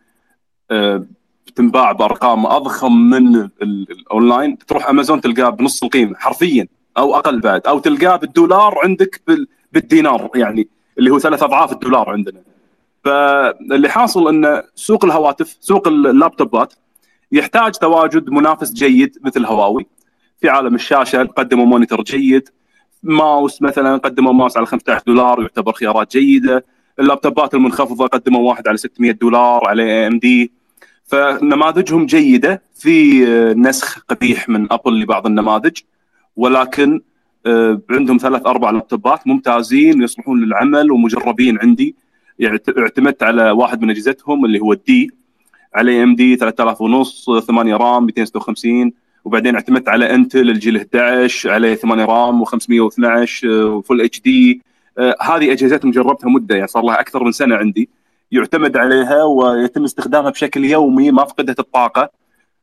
B: تنباع بارقام اضخم من الاونلاين. تروح امازون تلقاه بنص القيمه حرفيا، او اقل بعد، او تلقاه بالدولار عندك بالدينار، يعني اللي هو ثلاث اضعاف الدولار عندنا. فاللي حاصل ان سوق الهواتف، سوق اللابتوبات، يحتاج تواجد منافس جيد مثل هواوي. في عالم الشاشه قدموا مونيتور جيد، ماوس مثلا قدموا ماوس على خمسة عشر دولار يعتبر خيارات جيده. اللابتوبات المنخفضه قدموا واحد على ستمئة دولار عليه ام دي. فنماذجهم جيده، في نسخ قبيح من ابل لبعض النماذج، ولكن عندهم ثلاث اربع لابتوبات ممتازين يصلحون للعمل ومجربين عندي. اعتمدت على واحد من اجهزتهم اللي هو الدي، عليه ام دي ثلاثة آلاف ونص، ثمانية رام، مئتين وستة وخمسين. وبعدين اعتمدت على انتل الجيل احد عشر عليه ثمانية رام وخمسمئة واثني عشر وفول اتش دي. هذه اجهزتهم جربتها مده، يعني صار لها اكثر من سنه عندي، يعتمد عليها ويتم استخدامها بشكل يومي، ما فقدت الطاقه،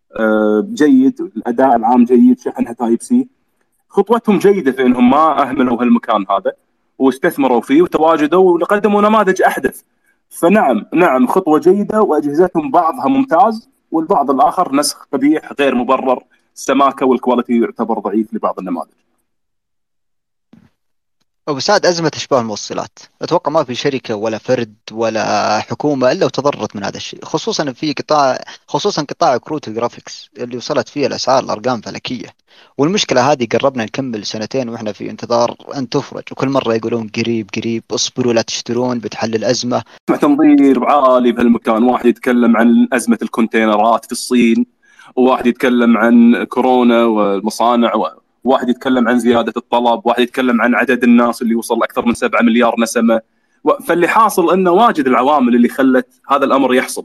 B: جيد، الاداء العام جيد، شحنها تايب سي. خطوتهم جيده في انهم ما اهملوا هالمكان هذا واستثمروا فيه وتواجدوا وقدموا نماذج احدث. فنعم، نعم، خطوه جيده، واجهزتهم بعضها ممتاز والبعض الاخر نسخ قبيح غير مبرر، السماكه والكواليتي يعتبر ضعيف لبعض النماذج.
A: أبو سعد، أزمة إشباه الموصلات، أتوقع ما في شركة ولا فرد ولا حكومة إلا وتضررت من هذا الشيء، خصوصا في قطاع خصوصا قطاع كروت الجرافيكس اللي وصلت فيه الأسعار لأرقام فلكية. والمشكلة هذه قربنا نكمل سنتين وإحنا في انتظار أن تفرج، وكل مرة يقولون قريب قريب، اصبروا لا تشترون بتحل الأزمة.
B: مع تنظير عالي بهالمكان، واحد يتكلم عن أزمة الكونتينرات في الصين، وواحد يتكلم عن كورونا والمصانع، وواحد يتكلم عن زيادة الطلب، واحد يتكلم عن عدد الناس اللي وصل أكثر من سبعة مليار نسمة. فاللي حاصل أنه واجد العوامل اللي خلت هذا الأمر يحصل.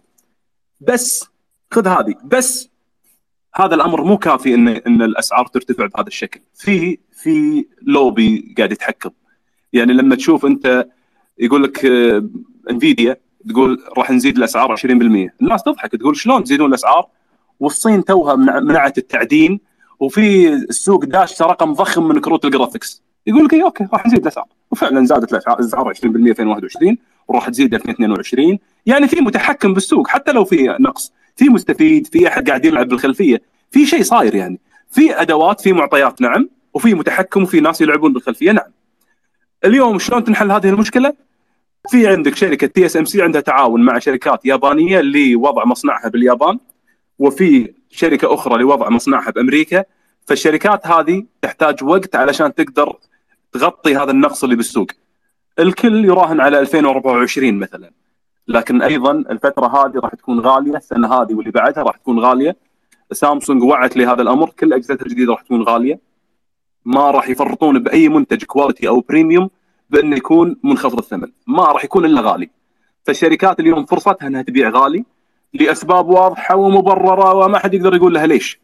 B: بس خذ هذه بس، هذا الأمر مو كافي إن إن الأسعار ترتفع بهذا الشكل. في في لوبي قاعد يتحكم. يعني لما تشوف أنت يقول لك انفيديا تقول راح نزيد الاسعار عشرين بالمئة، الناس تضحك تقول شلون تزيدون الاسعار والصين توها منعت التعدين وفي السوق داش رقم ضخم من كروت الجرافيكس، يقول لك اوكي راح نزيد الاسعار، وفعلا زادت الاسعار عشرين بالمئة ألفين وواحد وعشرين وراح تزيد ألفين واثنين وعشرين. يعني في متحكم بالسوق، حتى لو في نقص في مستفيد، في احد قاعد يلعب بالخلفيه، في شيء صاير. يعني في ادوات، في معطيات، نعم، وفي متحكم، وفي ناس يلعبون بالخلفيه، نعم. اليوم شلون تنحل هذه المشكله؟ في عندك شركه تي اس ام سي عندها تعاون مع شركات يابانيه لوضع مصنعها باليابان، وفي شركه اخرى لوضع مصنعها بامريكا. فالشركات هذه تحتاج وقت علشان تقدر تغطي هذا النقص اللي بالسوق. الكل يراهن على ألفين وأربعة وعشرين مثلا، لكن ايضا الفتره هذه راح تكون غاليه، السنه هذه واللي بعدها راح تكون غاليه. سامسونج وعت لهذا الامر، كل اجهزتها الجديده راح تكون غاليه، ما راح يفرطون باي منتج كواليتي او بريميوم بانه يكون منخفض الثمن، ما راح يكون الا غالي. فالشركات اليوم فرصتها انها تبيع غالي لاسباب واضحه ومبرره وما حد يقدر يقول لها ليش.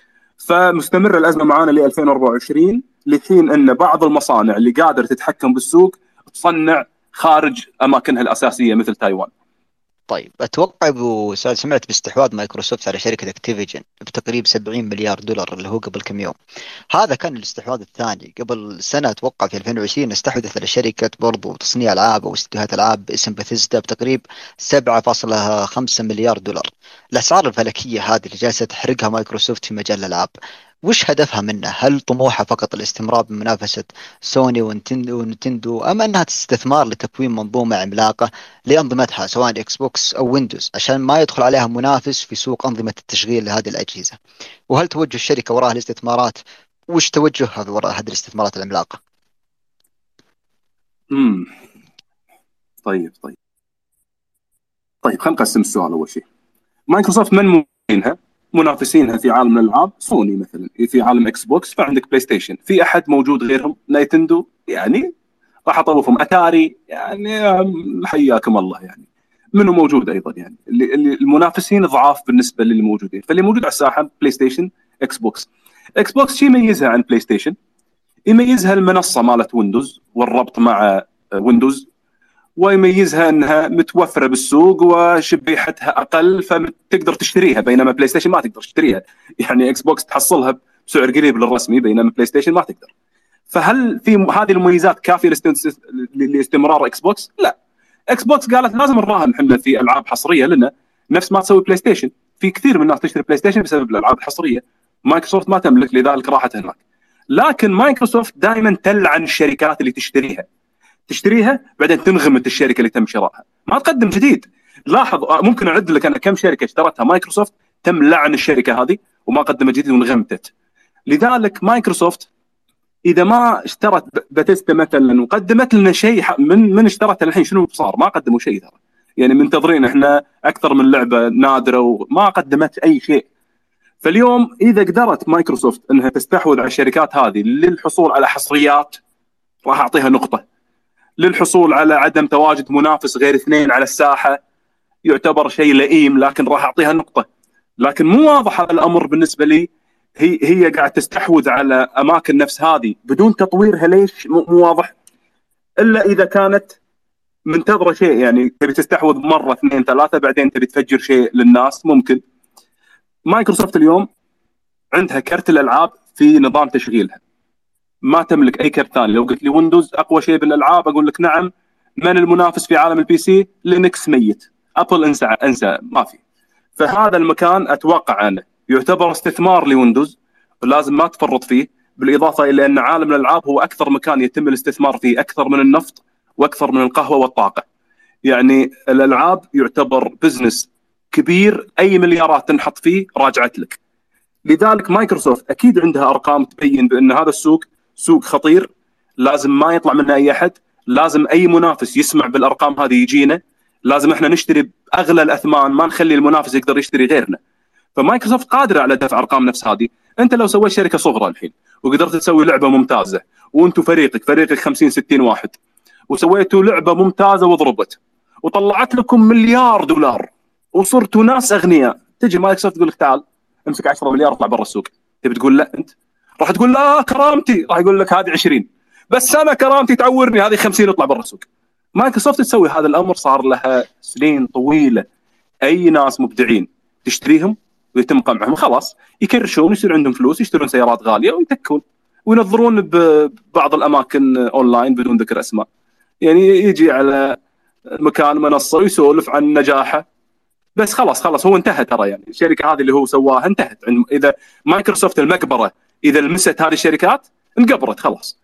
B: فمستمره الازمه معانا ل ألفين وأربعة وعشرين، لحين ان بعض المصانع اللي قادره تتحكم بالسوق تصنع خارج اماكنها الاساسيه مثل تايوان.
A: طيب، أتوقع أبو سعد سمعت باستحواذ مايكروسوفت على شركة اكتيفيجن بتقريب سبعين مليار دولار اللي هو قبل كم يوم. هذا كان الاستحواذ الثاني. قبل سنة أتوقع في ألفين وعشرين استحوذت على شركة برضو تصنيع ألعاب أو استديوهات ألعاب باسم بثيسدا بتقريب سبعة فاصلة خمسة مليار دولار. الأسعار الفلكية هذه اللي جالسة تحرقها مايكروسوفت في مجال الألعاب، وش هدفها منه؟ هل طموحها فقط الاستمرار بمنافسة سوني ونتندو ونتندو، أم أنها استثمار لتكوين منظومة عملاقة لأنظمتها سواء إكس بوكس أو ويندوز عشان ما يدخل عليها منافس في سوق أنظمة التشغيل لهذه الأجهزة؟ وهل توجه الشركة وراء الاستثمارات؟ وش توجهها وراء هذه الاستثمارات العملاقة؟
B: امم طيب طيب طيب خلينا نقسم السؤال. اول شيء، مايكروسوفت من موجودينها؟ منافسينها في عالم الالعاب سوني مثلا، في عالم اكس بوكس فعندك بلاي ستيشن، في احد موجود غيرهم؟ نايتندو يعني راح اطوفهم، اتاري يعني حياكم الله، يعني منه موجود ايضا. يعني اللي اللي المنافسين ضعاف بالنسبه للي موجودين، فاللي موجود على الساحه بلاي ستيشن، اكس بوكس. اكس بوكس شيء يميزها عن بلاي ستيشن، يميزها المنصه مالت ويندوز والربط مع ويندوز، ويميزها انها متوفره بالسوق وشبيحتها اقل فتقدر تشتريها، بينما بلاي ستيشن ما تقدر تشتريها. يعني اكس بوكس تحصلها بسعر قريب للرسمي، بينما بلاي ستيشن ما تقدر. فهل في هذه المميزات كافيه لاستمرار اكس بوكس؟ لا. اكس بوكس قالت لازم نراهن احنا في العاب حصريه لنا نفس ما تسوي بلاي ستيشن. في كثير من الناس تشتري بلاي ستيشن بسبب الالعاب الحصريه، مايكروسوفت ما تملك، لذلك راحت هناك. لكن مايكروسوفت دائما تلعن الشركات اللي تشتريها تشتريها بعدين تنغمت الشركه اللي تم شرائها، ما تقدم جديد. لاحظ، ممكن اعد لك انا كم شركه اشترتها مايكروسوفت تم لعن الشركه هذه وما قدمت جديد وانغمتت. لذلك مايكروسوفت اذا ما اشترت باتيستا مثلا وقدمت لنا شيء من من اشترتها الحين، شنو صار؟ ما قدموا شيء ترى. يعني منتظرين احنا اكثر من لعبه نادره وما قدمت اي شيء. فاليوم اذا قدرت مايكروسوفت انها تستحوذ على الشركات هذه للحصول على حصريات، راح اعطيها نقطه. للحصول على عدم تواجد منافس غير اثنين على الساحه، يعتبر شيء لئيم، لكن راح اعطيها نقطه. لكن مو واضح هذا الامر بالنسبه لي. هي هي قاعد تستحوذ على اماكن نفس هذه بدون تطويرها، ليش؟ مو واضح. الا اذا كانت منتظره شيء، يعني تبي تستحوذ مره اثنين ثلاثه بعدين تبي تفجر شيء للناس، ممكن. مايكروسوفت اليوم عندها كرت الالعاب في نظام تشغيلها، ما تملك اي كرت ثاني. لو قلت لي ويندوز اقوى شيء بالالعاب اقول لك نعم. من المنافس في عالم البي سي؟ لينكس ميت، ابل انسى انسى ما في. فهذا المكان اتوقع انه يعتبر استثمار لويندوز، ولازم ما تفرط فيه. بالاضافه الى ان عالم الالعاب هو اكثر مكان يتم الاستثمار فيه اكثر من النفط واكثر من القهوه والطاقه. يعني الالعاب يعتبر بزنس كبير، اي مليارات تنحط فيه راجعت لك. لذلك مايكروسوفت اكيد عندها ارقام تبين بان هذا السوق سوق خطير، لازم ما يطلع منه اي احد، لازم اي منافس يسمع بالارقام هذه يجينا، لازم احنا نشتري باغلى الاثمان، ما نخلي المنافس يقدر يشتري غيرنا. فمايكروسوفت قادره على دفع ارقام نفس هذه. انت لو سويت شركه صغرى الحين وقدرت تسوي لعبه ممتازه، وانتم فريقك فريقك خمسين ستين واحد، وسويتوا لعبه ممتازه وضربت وطلعت لكم مليار دولار وصرتوا ناس اغنياء، تجي مايكروسوفت تقول لك تعال امسك عشرة مليار اطلع برا السوق. تبي تقول لا؟ انت راح تقول لا كرامتي، راح يقول لك هذه عشرين، بس انا كرامتي تعورني، هذه خمسين اطلع برا السوق. مايكروسوفت تسوي هذا الامر صار لها سنين طويله. اي ناس مبدعين تشتريهم ويتم قمعهم، خلاص يكرشون، يصير عندهم فلوس، يشترون سيارات غاليه ويتكون وينظرون ببعض الاماكن اونلاين بدون ذكر اسماء. يعني يجي على مكان منصه ويسولف عن نجاحه، بس خلاص خلاص هو انتهى ترى. يعني الشركه هذه اللي هو سواها انتهت. اذا مايكروسوفت المقبره اذا لمست هذه الشركات انقبرت خلاص.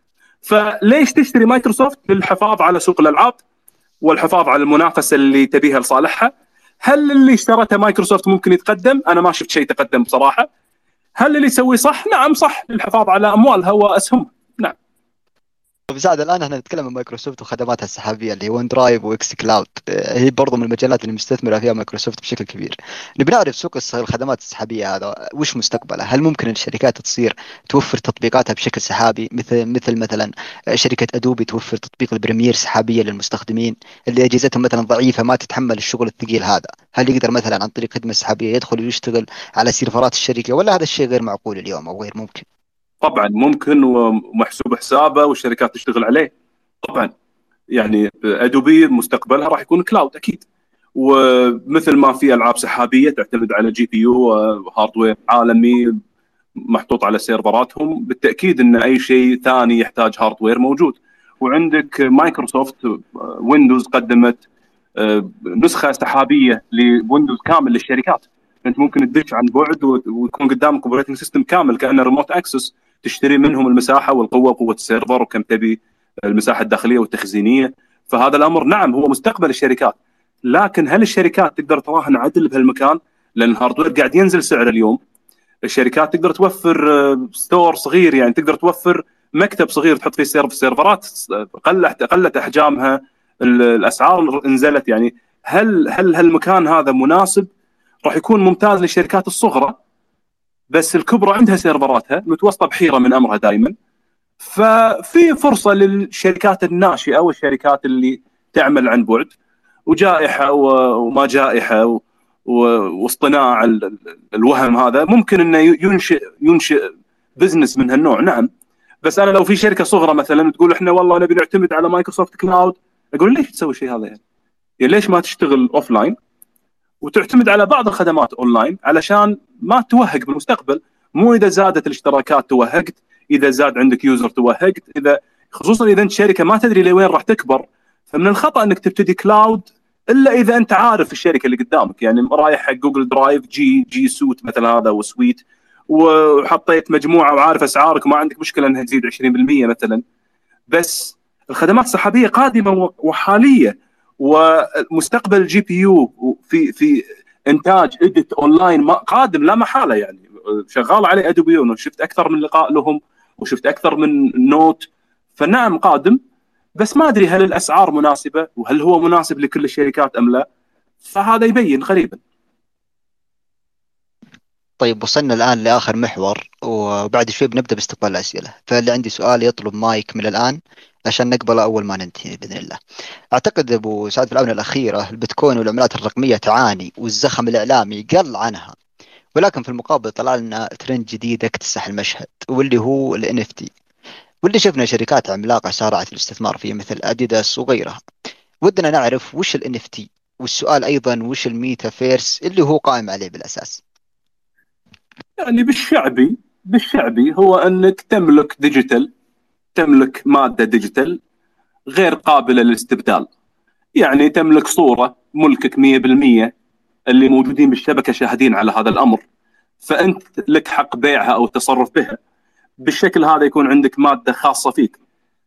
B: فليش تشتري مايكروسوفت؟ للحفاظ على سوق الالعاب والحفاظ على المنافسه اللي تبيها لصالحها. هل اللي اشترته مايكروسوفت ممكن يتقدم؟ انا ما شفت شيء تقدم بصراحه. هل اللي يسوي صح؟ نعم صح، للحفاظ على اموالها واسهمها. نعم.
A: طيب سعد، الان احنا نتكلم عن مايكروسوفت وخدماتها السحابيه اللي هي ون درايف واكس كلاود، هي برضو من المجالات اللي مستثمره فيها مايكروسوفت بشكل كبير. نبي نعرف سوق الخدمات السحابيه هذا وش مستقبله؟ هل ممكن الشركات تصير توفر تطبيقاتها بشكل سحابي، مثل مثل مثلا شركه ادوبي توفر تطبيق البريمير سحابيه للمستخدمين اللي اجهزتهم مثلا ضعيفه ما تتحمل الشغل الثقيل هذا؟ هل يقدر مثلا عن طريق خدمه سحابيه يدخل ويشتغل على سيرفرات الشركه، ولا هذا الشيء غير معقول اليوم او غير ممكن؟
B: طبعا ممكن ومحسوب حسابه والشركات تشتغل عليه طبعا. يعني ادوبي مستقبلها راح يكون كلاود اكيد، ومثل ما في العاب سحابيه تعتمد على جي بي يو هاردوير عالمي محطوط على سيرفراتهم، بالتاكيد ان اي شيء ثاني يحتاج هاردوير موجود. وعندك مايكروسوفت ويندوز قدمت نسخه سحابيه لويندوز كامل للشركات. انت ممكن تدش عن بعد ويكون قدامك اوبريتنج سيستم كامل كانه ريموت اكسس، تشتري منهم المساحه والقوه وقوه السيرفر وكم تبي المساحه الداخليه والتخزينيه. فهذا الامر نعم هو مستقبل الشركات، لكن هل الشركات تقدر تراهن عدل بهالمكان؟ لان الهاردوير قاعد ينزل سعر اليوم. الشركات تقدر توفر ستور صغير، يعني تقدر توفر مكتب صغير تحط فيه سيرف سيرفرات، قلت قلت احجامها، الاسعار نزلت. يعني هل هل هالمكان هذا مناسب؟ راح يكون ممتاز للشركات الصغرى، بس الكبرى عندها سيرفراتها متوسطه بحيره من امرها دائما. ففي فرصه للشركات الناشئه والشركات اللي تعمل عن بعد، وجائحه وما جائحه واصطناع الوهم هذا ممكن انه ينشئ ينشئ بزنس من هالنوع. نعم، بس انا لو في شركه صغرى مثلا تقول احنا والله نبي نعتمد على مايكروسوفت كلاود، اقول ليش تسوي شيء هذا؟ يعني, يعني ليش ما تشتغل اوف لاين وتعتمد على بعض الخدمات اونلاين علشان ما توهق بالمستقبل؟ مو اذا زادت الاشتراكات توهقت، اذا زاد عندك يوزر توهقت، اذا خصوصا اذا انت شركه ما تدري لوين راح تكبر. فمن الخطا انك تبتدي كلاود الا اذا انت عارف الشركه اللي قدامك، يعني رايح حق جوجل درايف جي جي سوت مثلا هذا وسويت، وحطيت مجموعه وعارف اسعارك وما عندك مشكله انها تزيد عشرين بالمئة مثلا. بس الخدمات السحابيه قادمه وحاليه، ومستقبل الجي بي يو في في انتاج اديت اونلاين قادم لا محاله. يعني شغال عليه ادوبي، وشفت اكثر من لقاء لهم وشفت اكثر من نوت. فنعم قادم، بس ما ادري هل الاسعار مناسبه وهل هو مناسب لكل الشركات ام لا، فهذا يبين قريبا.
A: طيب وصلنا الآن لآخر محور، وبعد شوي بنبدأ باستقبال الأسئلة، فاللي عندي سؤال يطلب مايك من الآن عشان نقبله أول ما ننتهي بإذن الله. أعتقد أبو سعد في الآونة الأخيرة البيتكوين والعملات الرقمية تعاني والزخم الإعلامي قل عنها، ولكن في المقابل طلع لنا ترند جديد اكتسح المشهد واللي هو ال إن إف تي، واللي شفنا شركات عملاقة سارعت في الاستثمار فيه مثل أديداس وغيرها. ودنا نعرف وش ال إن إف تي، والسؤال أيضا وش الميتافيرس اللي هو قائم عليه بالأساس.
B: يعني بالشعبي بالشعبي هو انك تملك ديجيتال، تملك ماده ديجيتال غير قابله للاستبدال. يعني تملك صوره ملكك مئة بالمئة، اللي موجودين بالشبكه شاهدين على هذا الامر، فانت لك حق بيعها او التصرف بها. بالشكل هذا يكون عندك ماده خاصه فيك.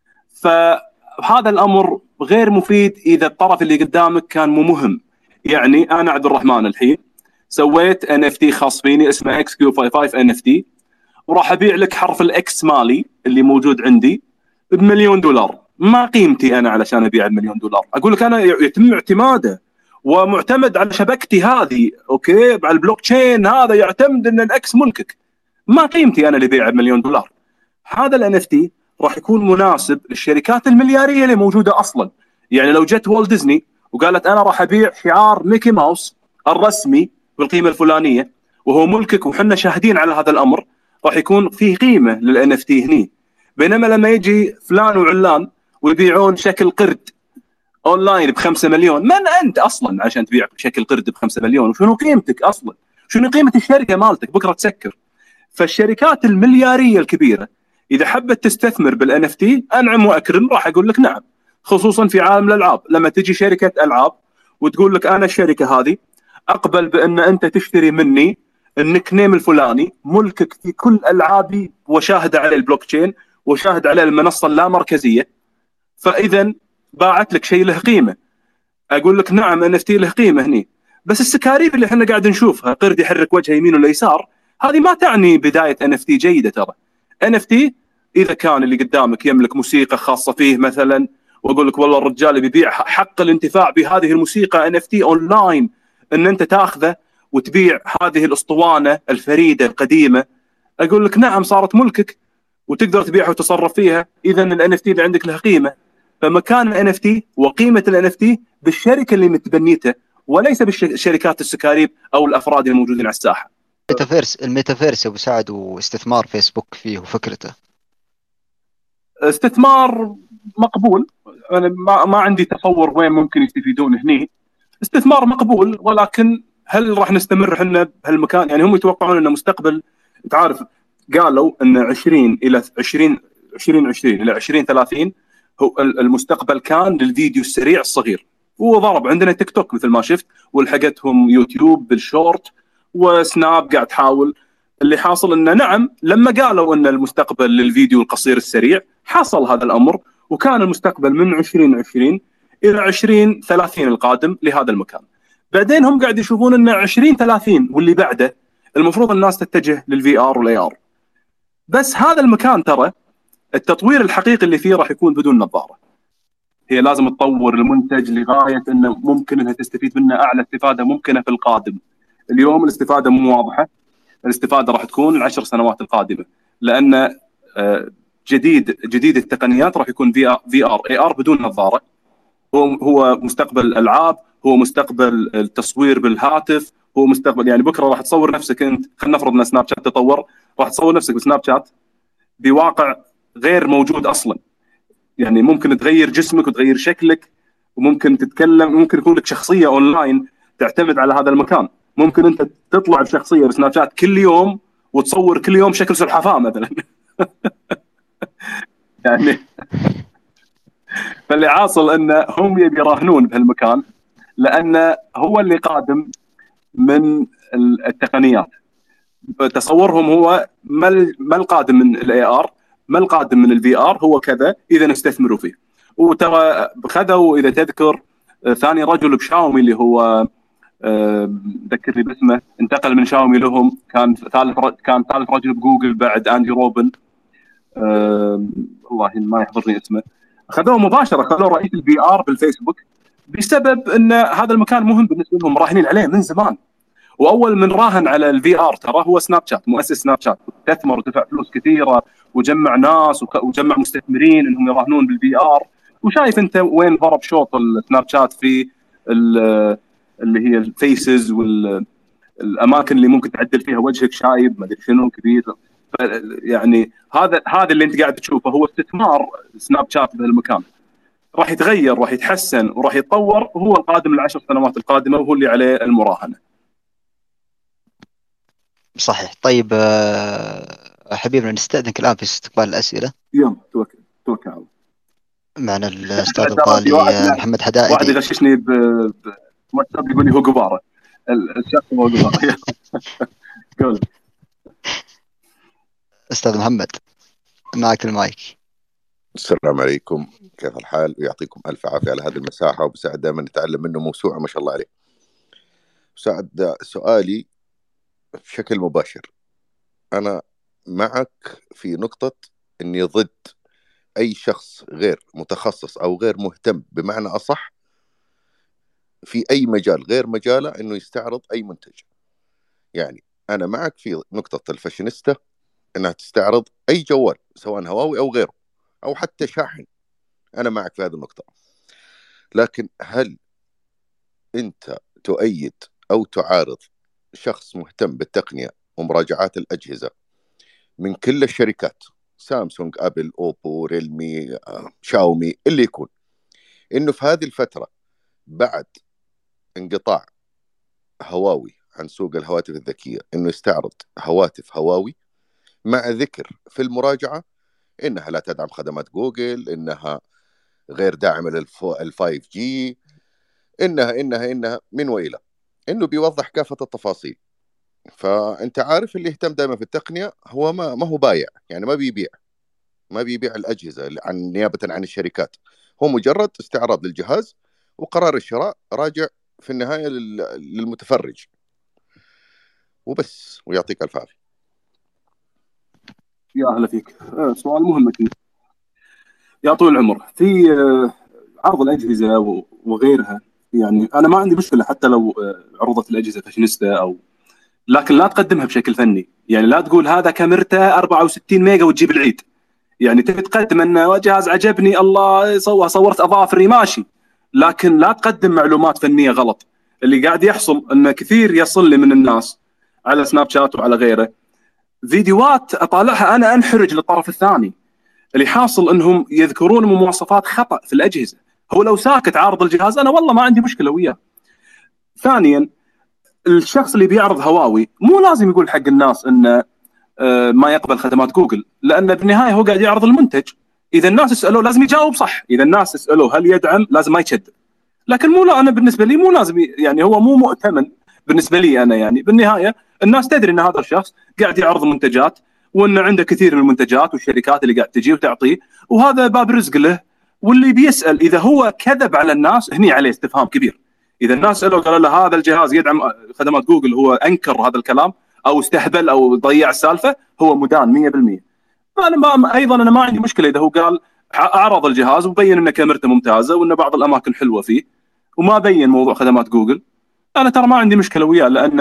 B: فهذا الامر غير مفيد اذا الطرف اللي قدامك كان مو مهم. يعني انا عبد الرحمن الحين سويت ان اف تي خاص فيني اسمه اكس كيو خمسة وخمسين ان اف تي، وراح ابيع لك حرف الاكس مالي اللي موجود عندي بمليون دولار. ما قيمتي انا علشان ابيع بمليون دولار؟ اقول لك انا يتم اعتماده ومعتمد على شبكتي هذه، اوكي، على البلوك تشين هذا يعتمد ان الاكس ملكك. ما قيمتي انا اللي بيع بمليون دولار. هذا الان اف تي راح يكون مناسب للشركات الملياريه اللي موجوده اصلا. يعني لو جت والت ديزني وقالت انا راح ابيع شعار ميكي ماوس الرسمي بالقيمه الفلانيه وهو ملكك وحنا شاهدين على هذا الامر، راح يكون فيه قيمه للان اف تي هني. بينما لما يجي فلان وعلان ويبيعون شكل قرد اونلاين بخمسة مليون، من انت اصلا عشان تبيع شكل قرد بخمسة مليون؟ وشنو قيمتك اصلا؟ شنو قيمه الشركه مالتك؟ بكره تسكر. فالشركات الملياريه الكبيره اذا حبت تستثمر بالان اف تي انعم واكرم، راح اقول لك نعم. خصوصا في عالم الالعاب، لما تجي شركه العاب وتقول لك انا الشركه هذه اقبل بان انت تشتري مني النيك نيم الفلاني ملكك في كل العابي وشاهد عليه البلوك تشين وشاهد عليه المنصه اللامركزيه، فاذا باعت لك شيء له قيمه. اقول لك نعم ان اف تي له قيمه هني. بس السكاريب اللي احنا قاعد نشوفها، قرد يحرك وجهه يمين ولا يسار، هذه ما تعني بدايه ان اف تي جيده. ترى ان اف تي اذا كان اللي قدامك يملك موسيقى خاصه فيه مثلا، واقول لك والله الرجال بيبيع حق الانتفاع بهذه الموسيقى ان اف تي اونلاين، ان انت تاخذه وتبيع هذه الاسطوانه الفريده القديمه، اقول لك نعم صارت ملكك وتقدر تبيعها وتصرف فيها. اذا الان اف تي اللي عندك له قيمه. فمكان الان اف تي وقيمه الان اف تي بالشركه اللي متبنيته وليس بالشركات السكاريب او الافراد الموجودين على الساحه.
A: الميتافيرس الميتافيرس ابو سعد واستثمار فيسبوك فيه وفكرته
B: استثمار مقبول. انا ما, ما عندي تصور وين ممكن يستفيدون هني. استثمار مقبول، ولكن هل راح نستمر احنا بهالمكان؟ يعني هم يتوقعون ان مستقبل، تعرف قالوا ان عشرين الى عشرين عشرين عشرين الى عشرين ثلاثين هو المستقبل كان للفيديو السريع الصغير. وضرب عندنا تيك توك مثل ما شفت، والحقتهم يوتيوب بالشورت، وسناب قاعد تحاول. اللي حاصل انه نعم لما قالوا ان المستقبل للفيديو القصير السريع حصل هذا الامر، وكان المستقبل من عشرين عشرين الى عشرين ثلاثين القادم لهذا المكان. بعدين هم قاعد يشوفون ان عشرين ثلاثين واللي بعده المفروض الناس تتجه للفي ار والاي ار. بس هذا المكان ترى التطوير الحقيقي اللي فيه راح يكون بدون نظاره. هي لازم تطور المنتج لغايه انه ممكن انها تستفيد منه اعلى استفاده ممكنه في القادم. اليوم الاستفاده مو واضحه، الاستفاده راح تكون العشر سنوات القادمه، لان جديد جديد التقنيات راح يكون في في ار اي ار بدون نظاره. هو هو مستقبل الالعاب، هو مستقبل التصوير بالهاتف، هو مستقبل يعني بكره راح تصور نفسك انت. خلينا نفرض ان سناب شات تطور، راح تصور نفسك بسناب شات بواقع غير موجود اصلا. يعني ممكن تغير جسمك وتغير شكلك، وممكن تتكلم، ممكن يكون لك شخصيه اونلاين تعتمد على هذا المكان. ممكن انت تطلع بشخصيه بسناب شات كل يوم وتصور كل يوم شكل سلحفاه مثلا. يعني فاللي حاصل ان هم يبي يراهنون بهالمكان، لانه هو اللي قادم من التقنيات. تصورهم هو ما القادم من الاي ار، ما القادم من الفي ار، هو كذا، اذا نستثمروا فيه. وترى خذوا اذا تذكر ثاني رجل بشاومي اللي هو ذكرني باسمه، انتقل من شاومي لهم، كان ثالث كان ثالث رجل بجوجل بعد اندي روبن، والله ما يحضرني اسمه. خذوه مباشره، خذوه رئيس البي ار بالفيسبوك، بسبب ان هذا المكان مهم بالنسبه لهم، راهنين عليه من زمان. واول من راهن على الفي ار ترى هو سناب شات، مؤسس سناب شات، استثمر ودفع فلوس كثيره وجمع ناس وجمع مستثمرين انهم يراهنون بالفي ار. وشايف انت وين ضرب شوط السناب شات في اللي هي الفيسز والاماكن اللي ممكن تعدل فيها وجهك شايب ما ادري شنو كبير. يعني هذا هذا اللي انت قاعد تشوفه هو استثمار سناب شات بهالمكان. راح يتغير، راح يتحسن، وراح يتطور، وهو القادم العشر سنوات القادمه، وهو اللي عليه المراهنه.
A: صحيح. طيب حبيبنا نستأذنك الآن في استقبال الأسئلة.
B: يوم توكل توكل
A: معنا الأستاذ الغالي محمد حدائدي.
B: واحد يغششني بواتساب يقول لي هو قبارة، الشخص هو قبارة. قول
A: أستاذ محمد. معك المايك.
C: السلام عليكم، كيف الحال؟ ويعطيكم ألف عافية على هذه المساحة، وبسعد دائما نتعلم منه موسوعة ما شاء الله عليه. سعد، سؤالي بشكل مباشر، أنا معك في نقطة أني ضد أي شخص غير متخصص أو غير مهتم بمعنى أصح في أي مجال غير مجاله أنه يستعرض أي منتج. يعني أنا معك في نقطة الفاشينيستا أنها تستعرض أي جوال سواء هواوي أو غيره أو حتى شاحن، أنا معك في هذه النقطة. لكن هل أنت تؤيد أو تعارض شخص مهتم بالتقنية ومراجعات الأجهزة من كل الشركات، سامسونج، أبل، أوبو، ريلمي، آه، شاومي، اللي يكون، إنه في هذه الفترة بعد انقطاع هواوي عن سوق الهواتف الذكية إنه يستعرض هواتف هواوي مع ذكر في المراجعة إنها لا تدعم خدمات جوجل، إنها غير داعمة للفايف جي، إنها إنها إنها من وإلى، إنه بيوضح كافة التفاصيل. فأنت عارف اللي يهتم دائما في التقنية هو ما ما هو بايع، يعني ما بيبيع ما بيبيع الأجهزة عن نيابة عن الشركات، هو مجرد استعراض للجهاز وقرار الشراء راجع في النهاية للمتفرج وبس. ويعطيك ألف عافية.
B: يا أهلا فيك. آه، سؤال مهم أكيد. يا طول العمر، في آه، عرض الأجهزة و- وغيرها، يعني أنا ما عندي مشكلة حتى لو آه، عرضت الأجهزة فاشينيستا أو، لكن لا تقدمها بشكل فني. يعني لا تقول هذا كاميرته أربعة وستين ميجا وتجيب العيد. يعني تبي تقدم انه جهاز عجبني، الله صور صورت اظافري ماشي، لكن لا تقدم معلومات فنيه غلط. اللي قاعد يحصل انه كثير يصل لي من الناس على سناب شات وعلى غيره فيديوهات اطالعها انا انحرج للطرف الثاني. اللي حاصل انهم يذكرون مواصفات خطا في الاجهزه. هو لو ساكت عارض الجهاز انا والله ما عندي مشكله وياه. ثانيا، الشخص اللي بيعرض هواوي مو لازم يقول حق الناس انه آه، ما يقبل خدمات جوجل، لان بالنهايه هو قاعد يعرض المنتج. اذا الناس سالوه لازم يجاوب صح، اذا الناس سالوه هل يدعم لازم ما يشد. لكن مو، لا، انا بالنسبه لي مو لازم ي- يعني هو مو مؤتمن بالنسبه لي انا. يعني بالنهايه الناس تدري ان هذا الشخص قاعد يعرض منتجات، وانه عنده كثير من المنتجات والشركات اللي قاعد تجي وتعطيه، وهذا باب رزق له. واللي بيسال اذا هو كذب على الناس هني عليه استفهام كبير. اذا الناس سالوا قالوا له هذا الجهاز يدعم خدمات جوجل، هو انكر هذا الكلام او استهبل او ضيع السالفه، هو مدان مية بالمية. انا ما ايضا انا ما عندي مشكله اذا هو قال اعرض الجهاز وبين ان كاميرته ممتازه وان بعض الاماكن حلوه فيه وما بين موضوع خدمات جوجل، انا ترى ما عندي مشكله وياه. لان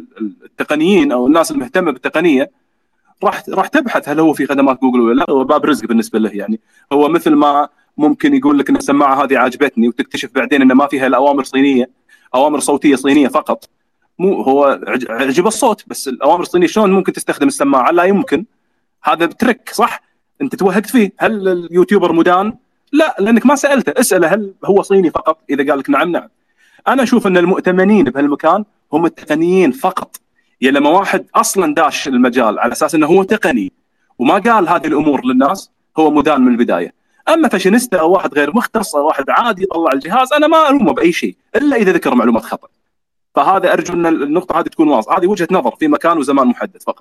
B: التقنيين او الناس المهتمه بالتقنيه راح راح تبحث هل هو في خدمات جوجل ولا لا. هو باب رزق بالنسبه له. يعني هو مثل ما ممكن يقول لك ان السماعه هذه عجبتني وتكتشف بعدين ان ما فيها الا اوامر صينيه، اوامر صوتيه صينيه فقط. مو هو عجب الصوت بس الاوامر الصينيه شلون ممكن تستخدم السماعه؟ لا يمكن. هذا ترك صح، انت توهقت فيه. هل اليوتيوبر مدان؟ لا، لانك ما سالته. اساله هل هو صيني فقط، اذا قال لك نعم نعم. انا اشوف ان المؤتمنين بهالمكان هم التقنيين فقط. يعني لما واحد اصلا داش المجال على اساس انه هو تقني وما قال هذه الامور للناس، هو مدان من البدايه. اما فاشينيستا او واحد غير مختص او واحد عادي يطلع الجهاز، انا ما الومه باي شيء الا اذا ذكر معلومات خطا. فهذا ارجو ان النقطه هذه تكون واضحه. هذه وجهه نظر في مكان وزمان محدد فقط.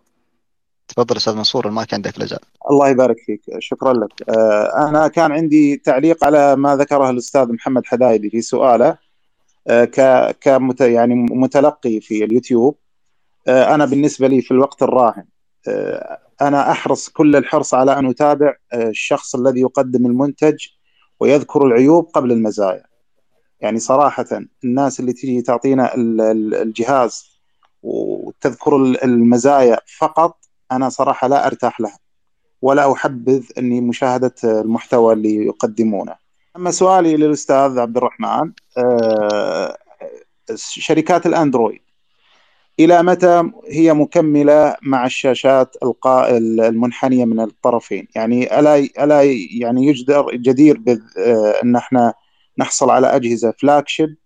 A: تفضل استاذ منصور، المايك عندك لا زال.
D: الله يبارك فيك، شكرا لك. آه، أنا كان عندي تعليق على ما ذكره الأستاذ محمد حدايدي في سؤاله. آه، ك كمت يعني متلقي في اليوتيوب، آه، أنا بالنسبة لي في الوقت الراهن، آه، أنا أحرص كل الحرص على أن أتابع آه، الشخص الذي يقدم المنتج ويذكر العيوب قبل المزايا. يعني صراحة الناس اللي تيجي تعطينا ال- ال- الجهاز وتذكر المزايا فقط، أنا صراحة لا أرتاح لها ولا أحبذ أني مشاهدة المحتوى اللي يقدمونه. أما سؤالي للأستاذ عبد الرحمن، آه، شركات الأندرويد إلى متى هي مكملة مع الشاشات القا- المنحنية من الطرفين؟ يعني ألا ألا يعني يجدر جدير بأن احنا نحصل على أجهزة فلاج شيب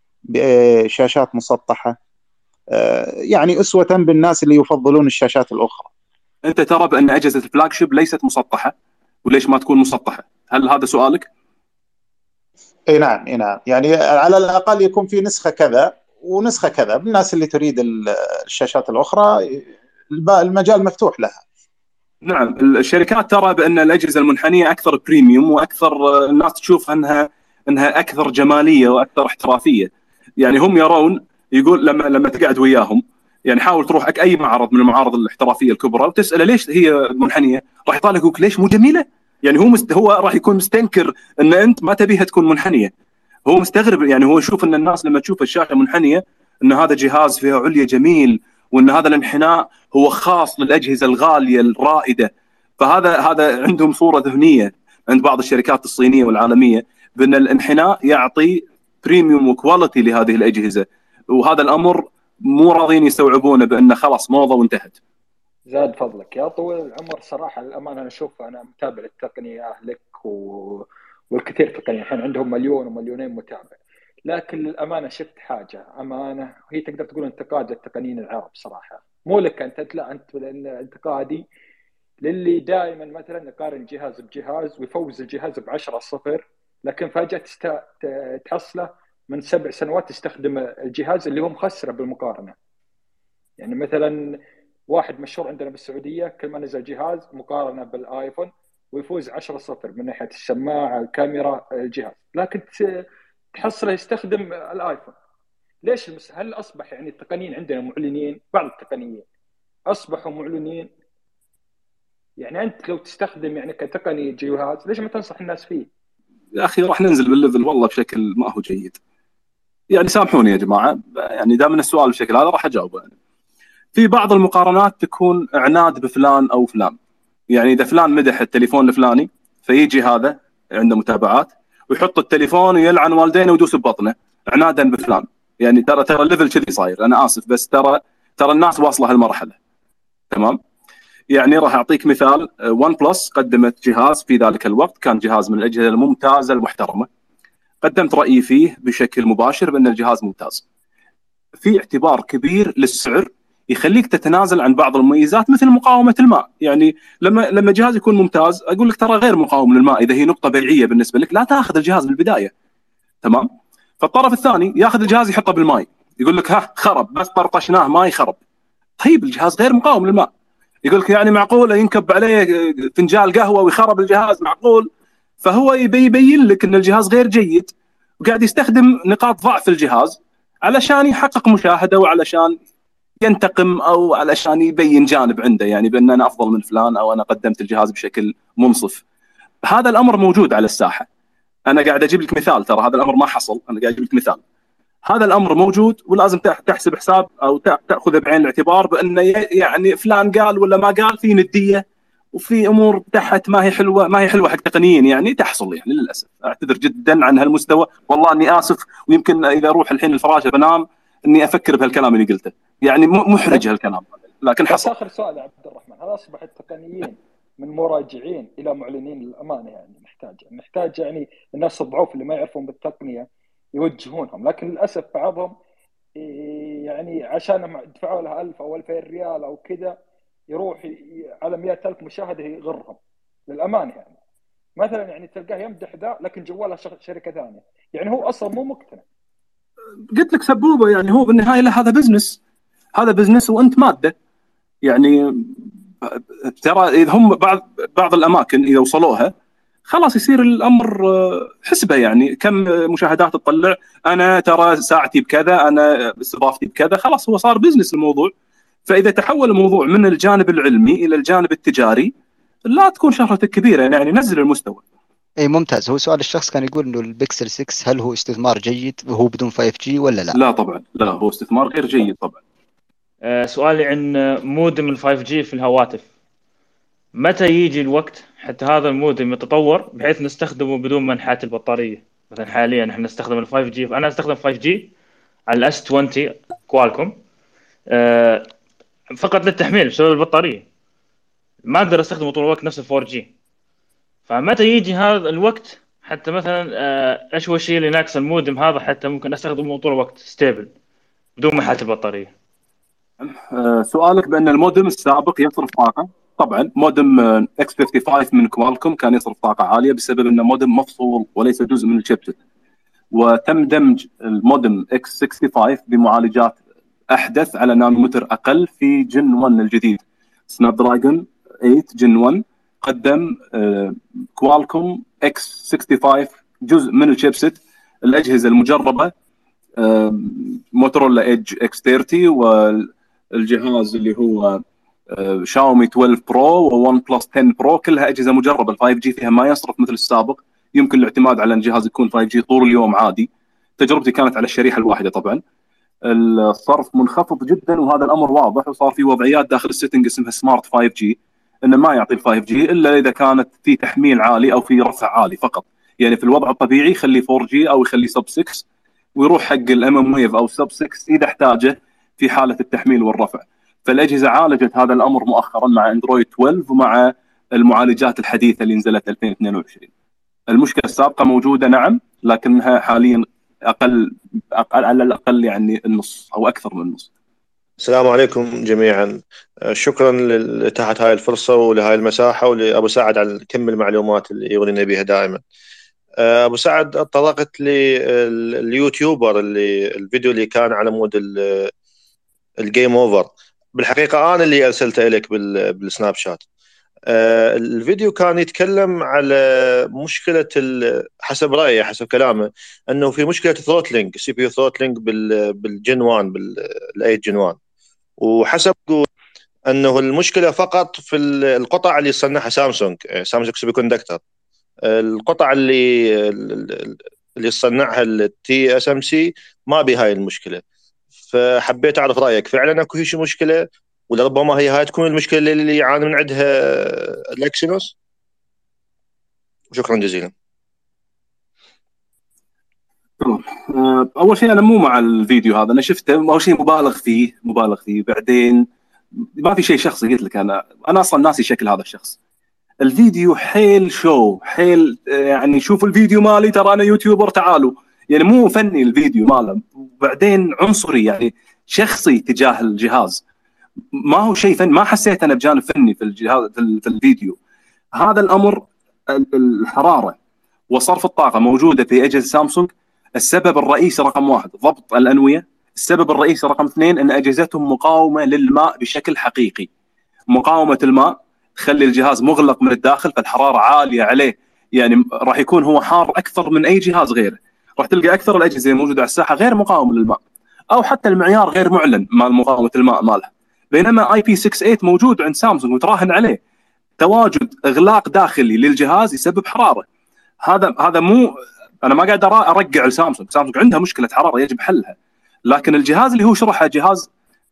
D: بشاشات مسطحة، آه، يعني أسوة بالناس اللي يفضلون الشاشات الأخرى؟
B: انت ترى بان اجهزه الفلاج شيب ليست مسطحه، وليش ما تكون مسطحه؟ هل هذا سؤالك؟
D: اي نعم، اي نعم، يعني على الاقل يكون في نسخه كذا ونسخه كذا. الناس اللي تريد الشاشات الاخرى المجال مفتوح لها.
B: نعم، الشركات ترى بان الاجهزه المنحنيه اكثر بريميوم واكثر الناس تشوف انها انها اكثر جماليه واكثر احترافيه. يعني هم يرون، يقول لما لما تقعد وياهم، يعني حاول تروح اي معرض من المعارض الاحترافيه الكبرى وتساله ليش هي منحنيه، راح يطالع يقول ليش مو جميله؟ يعني هو مست... هو راح يكون مستنكر ان انت ما تبيها تكون منحنيه. هو مستغرب، يعني هو يشوف ان الناس لما تشوف الشاشه منحنيه ان هذا جهاز فيها عليا جميل، وان هذا الانحناء هو خاص للاجهزه الغاليه الرائده. فهذا هذا عندهم صوره ذهنيه عند بعض الشركات الصينيه والعالميه بان الانحناء يعطي بريميوم وكواليتي لهذه الاجهزه، وهذا الامر مو راضين يستوعبونه بانه خلاص موضه وانتهت.
E: زاد فضلك يا طويل العمر. صراحه الامانه انا اشوف، انا متابع التقنيه لك و... والكثير تقنيه، الحين عندهم مليون ومليونين متابع، لكن للامانه شفت حاجه امانه هي تقدر تقول انتقاد للتقنيين العرب صراحه، مو لك انت، لا انت انتقادي للي دائما مثلا يقارن جهاز بجهاز ويفوز الجهاز بعشرة صفر، لكن فجاه تست... تحصله من سبع سنوات تستخدم الجهاز اللي هو مخسره بالمقارنه. يعني مثلا واحد مشهور عندنا بالسعوديه كل ما نزل جهاز مقارنه بالايفون ويفوز عشرة صفر من ناحيه السماعه، الكاميرا، الجهاز، لكن تحصله يستخدم الايفون. ليش المس... هل اصبح يعني التقنيين عندنا معلنين؟ بعض التقنيين اصبحوا معلنين. يعني انت لو تستخدم يعني كتقني جهاز ليش ما تنصح الناس فيه؟
B: يا اخي راح ننزل بالليفل والله بشكل ما هو جيد. يعني سامحوني يا جماعه، يعني دام السؤال بالشكل هذا راح اجاوبه. يعني في بعض المقارنات تكون اعناد بفلان او فلان. يعني اذا فلان مدح التليفون الفلاني فيجي هذا عنده متابعات ويحط التليفون ويلعن والدينه ويدوس ببطنه عنادا بفلان. يعني ترى ترى الليفل كذي صاير، انا اسف بس ترى ترى الناس واصله هالمرحله. تمام؟ يعني راح اعطيك مثال. ون بلس قدمت جهاز في ذلك الوقت، كان جهاز من الاجهزه الممتازه المحترمه. قدمت رايي فيه بشكل مباشر بان الجهاز ممتاز. في اعتبار كبير للسعر يخليك تتنازل عن بعض المميزات مثل مقاومه الماء. يعني لما لما جهاز يكون ممتاز اقول لك ترى غير مقاوم للماء، اذا هي نقطه بيعيه بالنسبه لك لا تاخذ الجهاز من البدايه. تمام؟ فالطرف الثاني ياخذ الجهاز يحطه بالماء، يقول لك ها خرب بس طرطشناه ماي خرب. طيب الجهاز غير مقاوم للماء. يقول لك يعني معقوله ينكب عليه فنجان قهوه ويخرب الجهاز؟ معقول؟ فهو يبي يبين لك ان الجهاز غير جيد وقاعد يستخدم نقاط ضعف الجهاز علشان يحقق مشاهده وعلشان ينتقم او علشان يبين جانب عنده، يعني بان انا افضل من فلان او انا قدمت الجهاز بشكل منصف. هذا الامر موجود على الساحه. انا قاعد اجيب لك مثال، ترى هذا الامر ما حصل، انا قاعد اجيب لك مثال. هذا الامر موجود ولازم تحسب حساب او تاخذه بعين الاعتبار بانه يعني فلان قال ولا ما قال، في نديه وفي امور تحت ما هي حلوه ما هي حلوه حق تقنيين يعني تحصل. يعني للاسف اعتذر جدا عن هالمستوى، والله اني اسف، ويمكن اذا اروح الحين الفراشه بنام اني افكر بهالكلام اللي قلته. يعني محرج هالكلام لكن حصل.
E: اخر سؤال يا عبد الرحمن، هل اصبح التقنيين من مراجعين الى معلنين للامانه؟ يعني نحتاج نحتاج يعني الناس الضعوف اللي ما يعرفون بالتقنيه يوجهونهم، لكن للاسف بعضهم يعني عشان يدفعوا لها ألف او ألفين ريال او كذا يروح على مئة ألف مشاهده يغرهم للامانه. يعني مثلا يعني تلقاه يمدح ذا لكن جواله شركه ثانيه، يعني هو اصلا مو مقتنع.
B: قلت لك سبوبه، يعني هو بالنهايه له هذا بزنس، هذا بزنس وانت ماده. يعني ترى اذا هم بعض بعض الاماكن اذا وصلوها خلاص يصير الامر حسبه، يعني كم مشاهدات تطلع، انا ترى ساعتي بكذا، انا استضافتي بكذا، خلاص هو صار بزنس الموضوع. فاذا تحول الموضوع من الجانب العلمي الى الجانب التجاري لا تكون شهرتك كبيره، يعني نزل المستوى.
A: اي ممتاز. هو سؤال الشخص كان يقول انه البيكسل ستة هل هو استثمار جيد وهو بدون فايف جي ولا لا؟
B: لا طبعا لا، هو استثمار غير جيد طبعا.
F: أه سؤالي عن مودم الفايف جي في الهواتف، متى يجي الوقت حتى هذا المودم يتطور بحيث نستخدمه بدون منحة البطارية؟ مثلا حاليا احنا نستخدم ال فايف جي، انا استخدم فايف جي على الاس عشرين كوالكوم أه فقط للتحميل بسبب البطارية، ما اقدر استخدمه طول الوقت نفس ال فور جي. فمتى يجي هذا الوقت حتى مثلا ايش هو الشيء اللي ناقص المودم هذا حتى ممكن استخدمه طول الوقت ستيبل بدون منحة البطارية؟
B: أه سؤالك بان المودم السابق يصرف طاقة، طبعا مودم اكس خمسة وخمسين من كوالكوم كان يصرف طاقة عالية بسبب انه مودم مفصول وليس جزء من الشيبسيت. وتم دمج المودم اكس خمسة وستين بمعالجات احدث على نانومتر اقل في جن واحد الجديد سناب دراجون ثمانية جن واحد قدم كوالكوم إكس خمسة وستين جزء من الشيبسيت. الأجهزة المجربة موتورولا إيدج إكس ثلاثين، والجهاز اللي هو شاومي اثنا عشر برو وون بلس عشرة برو، كلها أجهزة مجربة. ال فايف جي فيها ما يصرف مثل السابق، يمكن الاعتماد على أن الجهاز يكون فايف جي طول اليوم عادي. تجربتي كانت على الشريحة الواحدة طبعا. الصرف منخفض جدا، وهذا الأمر واضح، وصار في وضعيات داخل السيتنج اسمها سمارت فايف جي، إنه ما يعطي ال فايف جي إلا إذا كانت في تحميل عالي أو في رفع عالي فقط. يعني في الوضع الطبيعي يخلي فور جي أو يخلي سب ستة، ويروح حق الام ام ويف او سب ستة اذا احتاجه في حاله التحميل والرفع. فالاجهزه عالجت هذا الامر مؤخرا مع اندرويد اثنا عشر ومع المعالجات الحديثه اللي نزلت ألفين واثنين وعشرين. المشكله السابقه موجوده نعم، لكنها حاليا اقل, أقل على الاقل يعني النص او اكثر من النص.
G: السلام عليكم جميعا، شكرا لإتاحة هاي الفرصه ولهاي المساحه، ولابو سعد على كم المعلومات اللي يغنينا بها دائما. ابو سعد، طرقت لليوتيوبر اللي الفيديو اللي كان على مود الجيم اوفر. بالحقيقه انا اللي ارسلته لك بالسناب شات. الفيديو كان يتكلم على مشكله، حسب رايه حسب كلامه، انه في مشكله ثروتلينج، سي بي يو ثروتلينج بالجن واحد، بالايت جن واحد، وحسب انه المشكله فقط في القطع اللي صنعها سامسونج سامسونج سيمي كوندكتور. القطع اللي اللي صنعها التي اس ام سي ما بهاي المشكله. فحبيت اعرف رايك، فعلا اكو هيش مشكله، ولا ربما هي هاي تكون المشكله اللي يعاني من عندها الاكسينوس؟ شكرا جزيلا.
B: اول شيء انا مو مع الفيديو هذا، انا شفته اول شيء مبالغ فيه مبالغ فيه بعدين ما في شيء شخصي. قلت لك انا انا اصلا ناسي شكل هذا الشخص. الفيديو حيل شو حيل، يعني شوفوا الفيديو مالي، ترى انا يوتيوبر تعالوا، يعني مو فني الفيديو ماله. وبعدين عنصري يعني شخصي تجاه الجهاز، ما هو شيء فني. ما حسيت انا بجانب فني في الجهاز في الفيديو. هذا الامر الحراره وصرف الطاقه موجوده في اجهزه سامسونج. السبب الرئيسي رقم واحد ضبط الانويه، السبب الرئيسي رقم اثنين ان اجهزتهم مقاومه للماء بشكل حقيقي. مقاومه الماء تخلي الجهاز مغلق من الداخل، فالحراره عاليه عليه، يعني راح يكون هو حار اكثر من اي جهاز غيره. راح تلقى اكثر الاجهزه الموجوده على الساحه غير مقاومه للماء، او حتى المعيار غير معلن مال مقاومه الماء مالها. بينما اي بي ستة وستين موجود عند سامسونج وتراهن عليه. تواجد اغلاق داخلي للجهاز يسبب حراره. هذا هذا مو، انا ما قاعد ارجع لسامسونج، سامسونج عندها مشكله حراره يجب حلها. لكن الجهاز اللي هو شرحه جهاز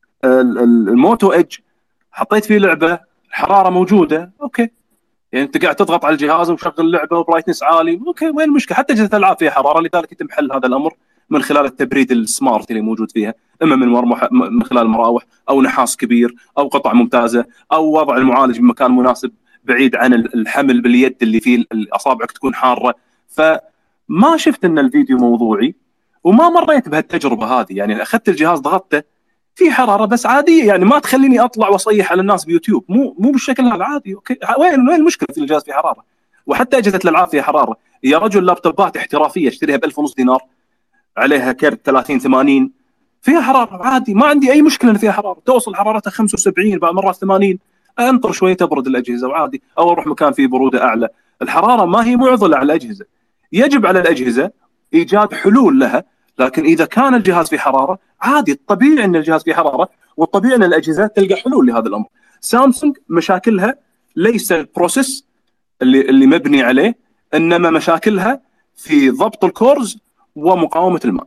B: الموتو ايدج، حطيت فيه لعبه، الحراره موجوده، اوكي، يعني انت قاعد تضغط على الجهاز ومشغل لعبه وبرايتنس عالي، اوكي، وين المشكله؟ حتى اجهزه الالعاب فيها حراره، لذلك يتم حل هذا الامر من خلال التبريد السمارت اللي موجود فيها، اما من مرمح من خلال مراوح او نحاس كبير او قطع ممتازه او وضع المعالج بمكان مناسب بعيد عن الحمل باليد اللي فيه اصابعك تكون حاره. فما شفت ان الفيديو موضوعي، وما مريت بهالتجربه هذه. يعني اخذت الجهاز ضغطته في حراره بس عاديه، يعني ما تخليني اطلع واصيح على الناس بيوتيوب، مو مو بالشكل هذا عادي. اوكي، وين وين المشكله في الجهاز في حراره؟ وحتى اجهزه الالعاب فيها حراره يا رجل. لابتوبات احترافيه اشتريها ب ألف ونص دينار، عليها كرت ثلاثين ثمانين، فيها حراره عادي، ما عندي اي مشكله ان فيها حراره. توصل حرارتها خمسة وسبعين بعض مرات ثمانين، انطر شويه تبرد الاجهزه وعادي، او اروح مكان فيه بروده اعلى. الحراره ما هي معضله على الاجهزه، يجب على الاجهزه ايجاد حلول لها. لكن اذا كان الجهاز في حراره عادي، الطبيعي ان الجهاز في حراره، والطبيعي ان الاجهزه تلقى حلول لهذا الامر. سامسونج مشاكلها ليس البروسيس اللي اللي مبني عليه، انما مشاكلها في ضبط الكورز ومقاومه الماء.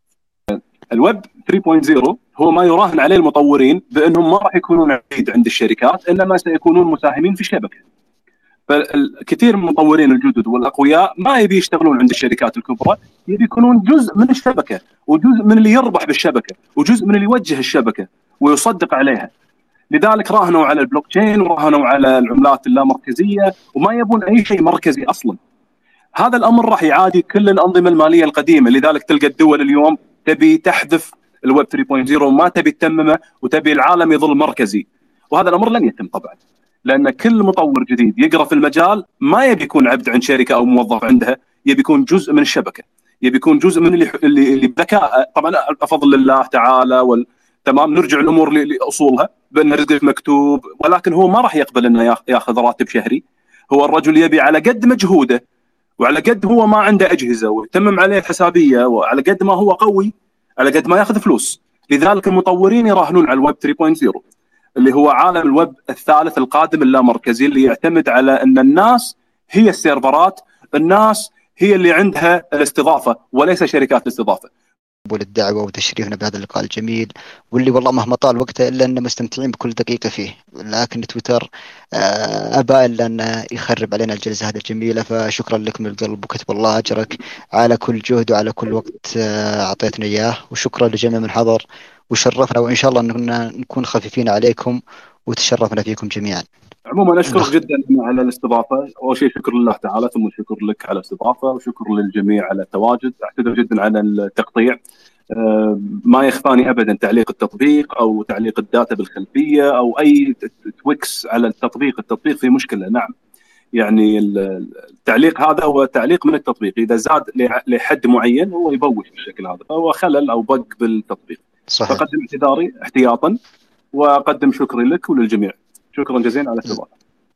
B: الويب ثلاثة نقطة صفر هو ما يراهن عليه المطورين بانهم ما راح يكونون عبيد عند الشركات، انما سيكونون مساهمين في الشبكه. فالكثير من المطورين الجدد والاقوياء ما يبي يشتغلون عند الشركات الكبرى، يبي يكونون جزء من الشبكه، وجزء من اللي يربح بالشبكه، وجزء من اللي يوجه الشبكه ويصدق عليها. لذلك راهنوا على البلوك تشين، وراهنوا على العملات اللامركزيه، وما يبون اي شيء مركزي اصلا. هذا الامر راح يعادي كل الانظمه الماليه القديمه. لذلك تلقى الدول اليوم تبي تحذف الويب ثلاثة نقطة صفر وما تبي تتممه، وتبي العالم يظل مركزي. وهذا الامر لن يتم طبعا، لان كل مطور جديد يقرا في المجال ما يبي يكون عبد عند شركه او موظف عندها، يبي يكون جزء من الشبكه، يبي يكون جزء من اللي اللي, اللي بذكاء. طبعا بفضل الله تعالى تمام، نرجع الامور لاصولها بان رزقك مكتوب، ولكن هو ما راح يقبل انه ياخذ راتب شهري. هو الرجل يبي على قد مجهوده وعلى قد هو ما عنده اجهزه ويتمم عليه الحسابيه، وعلى قد ما هو قوي على قد ما ياخذ فلوس. لذلك المطورين يراهنون على الويب ثلاثة نقطة صفر اللي هو عالم الويب الثالث القادم اللامركزي، اللي يعتمد على ان الناس هي السيرفرات، الناس هي اللي عندها الاستضافه وليس شركات الاستضافه.
A: للدعوة وتشريفنا بهذا اللقاء الجميل، واللي والله مهما طال وقته إلا أننا مستمتعين بكل دقيقة فيه، لكن تويتر أبى إلا أن يخرب علينا الجلسة هذه الجميلة. فشكرا لك من القلب وكتب الله أجرك على كل جهد وعلى كل وقت أعطيتنا إياه، وشكرا لجميع من حضر وشرفنا، وإن شاء الله أن نكون خفيفين عليكم وتشرفنا فيكم جميعا.
B: عموما اشكرك جدا على الاستضافه، اول شيء شكر لله تعالى، ثم شكر لك على الاستضافه، وشكر للجميع على التواجد. اعتذر جدا على التقطيع، ما يخفاني ابدا تعليق التطبيق او تعليق الداتا بالخلفيه او اي تويكس على التطبيق. التطبيق فيه مشكله، نعم، يعني التعليق هذا هو تعليق من التطبيق، اذا زاد لحد معين هو يبوش بالشكل هذا، فهو خلل او بق بالتطبيق. صحيح. فقدم اعتذاري احتياطا واقدم شكري لك وللجميع. شكرا جزيلا على الاستضافه.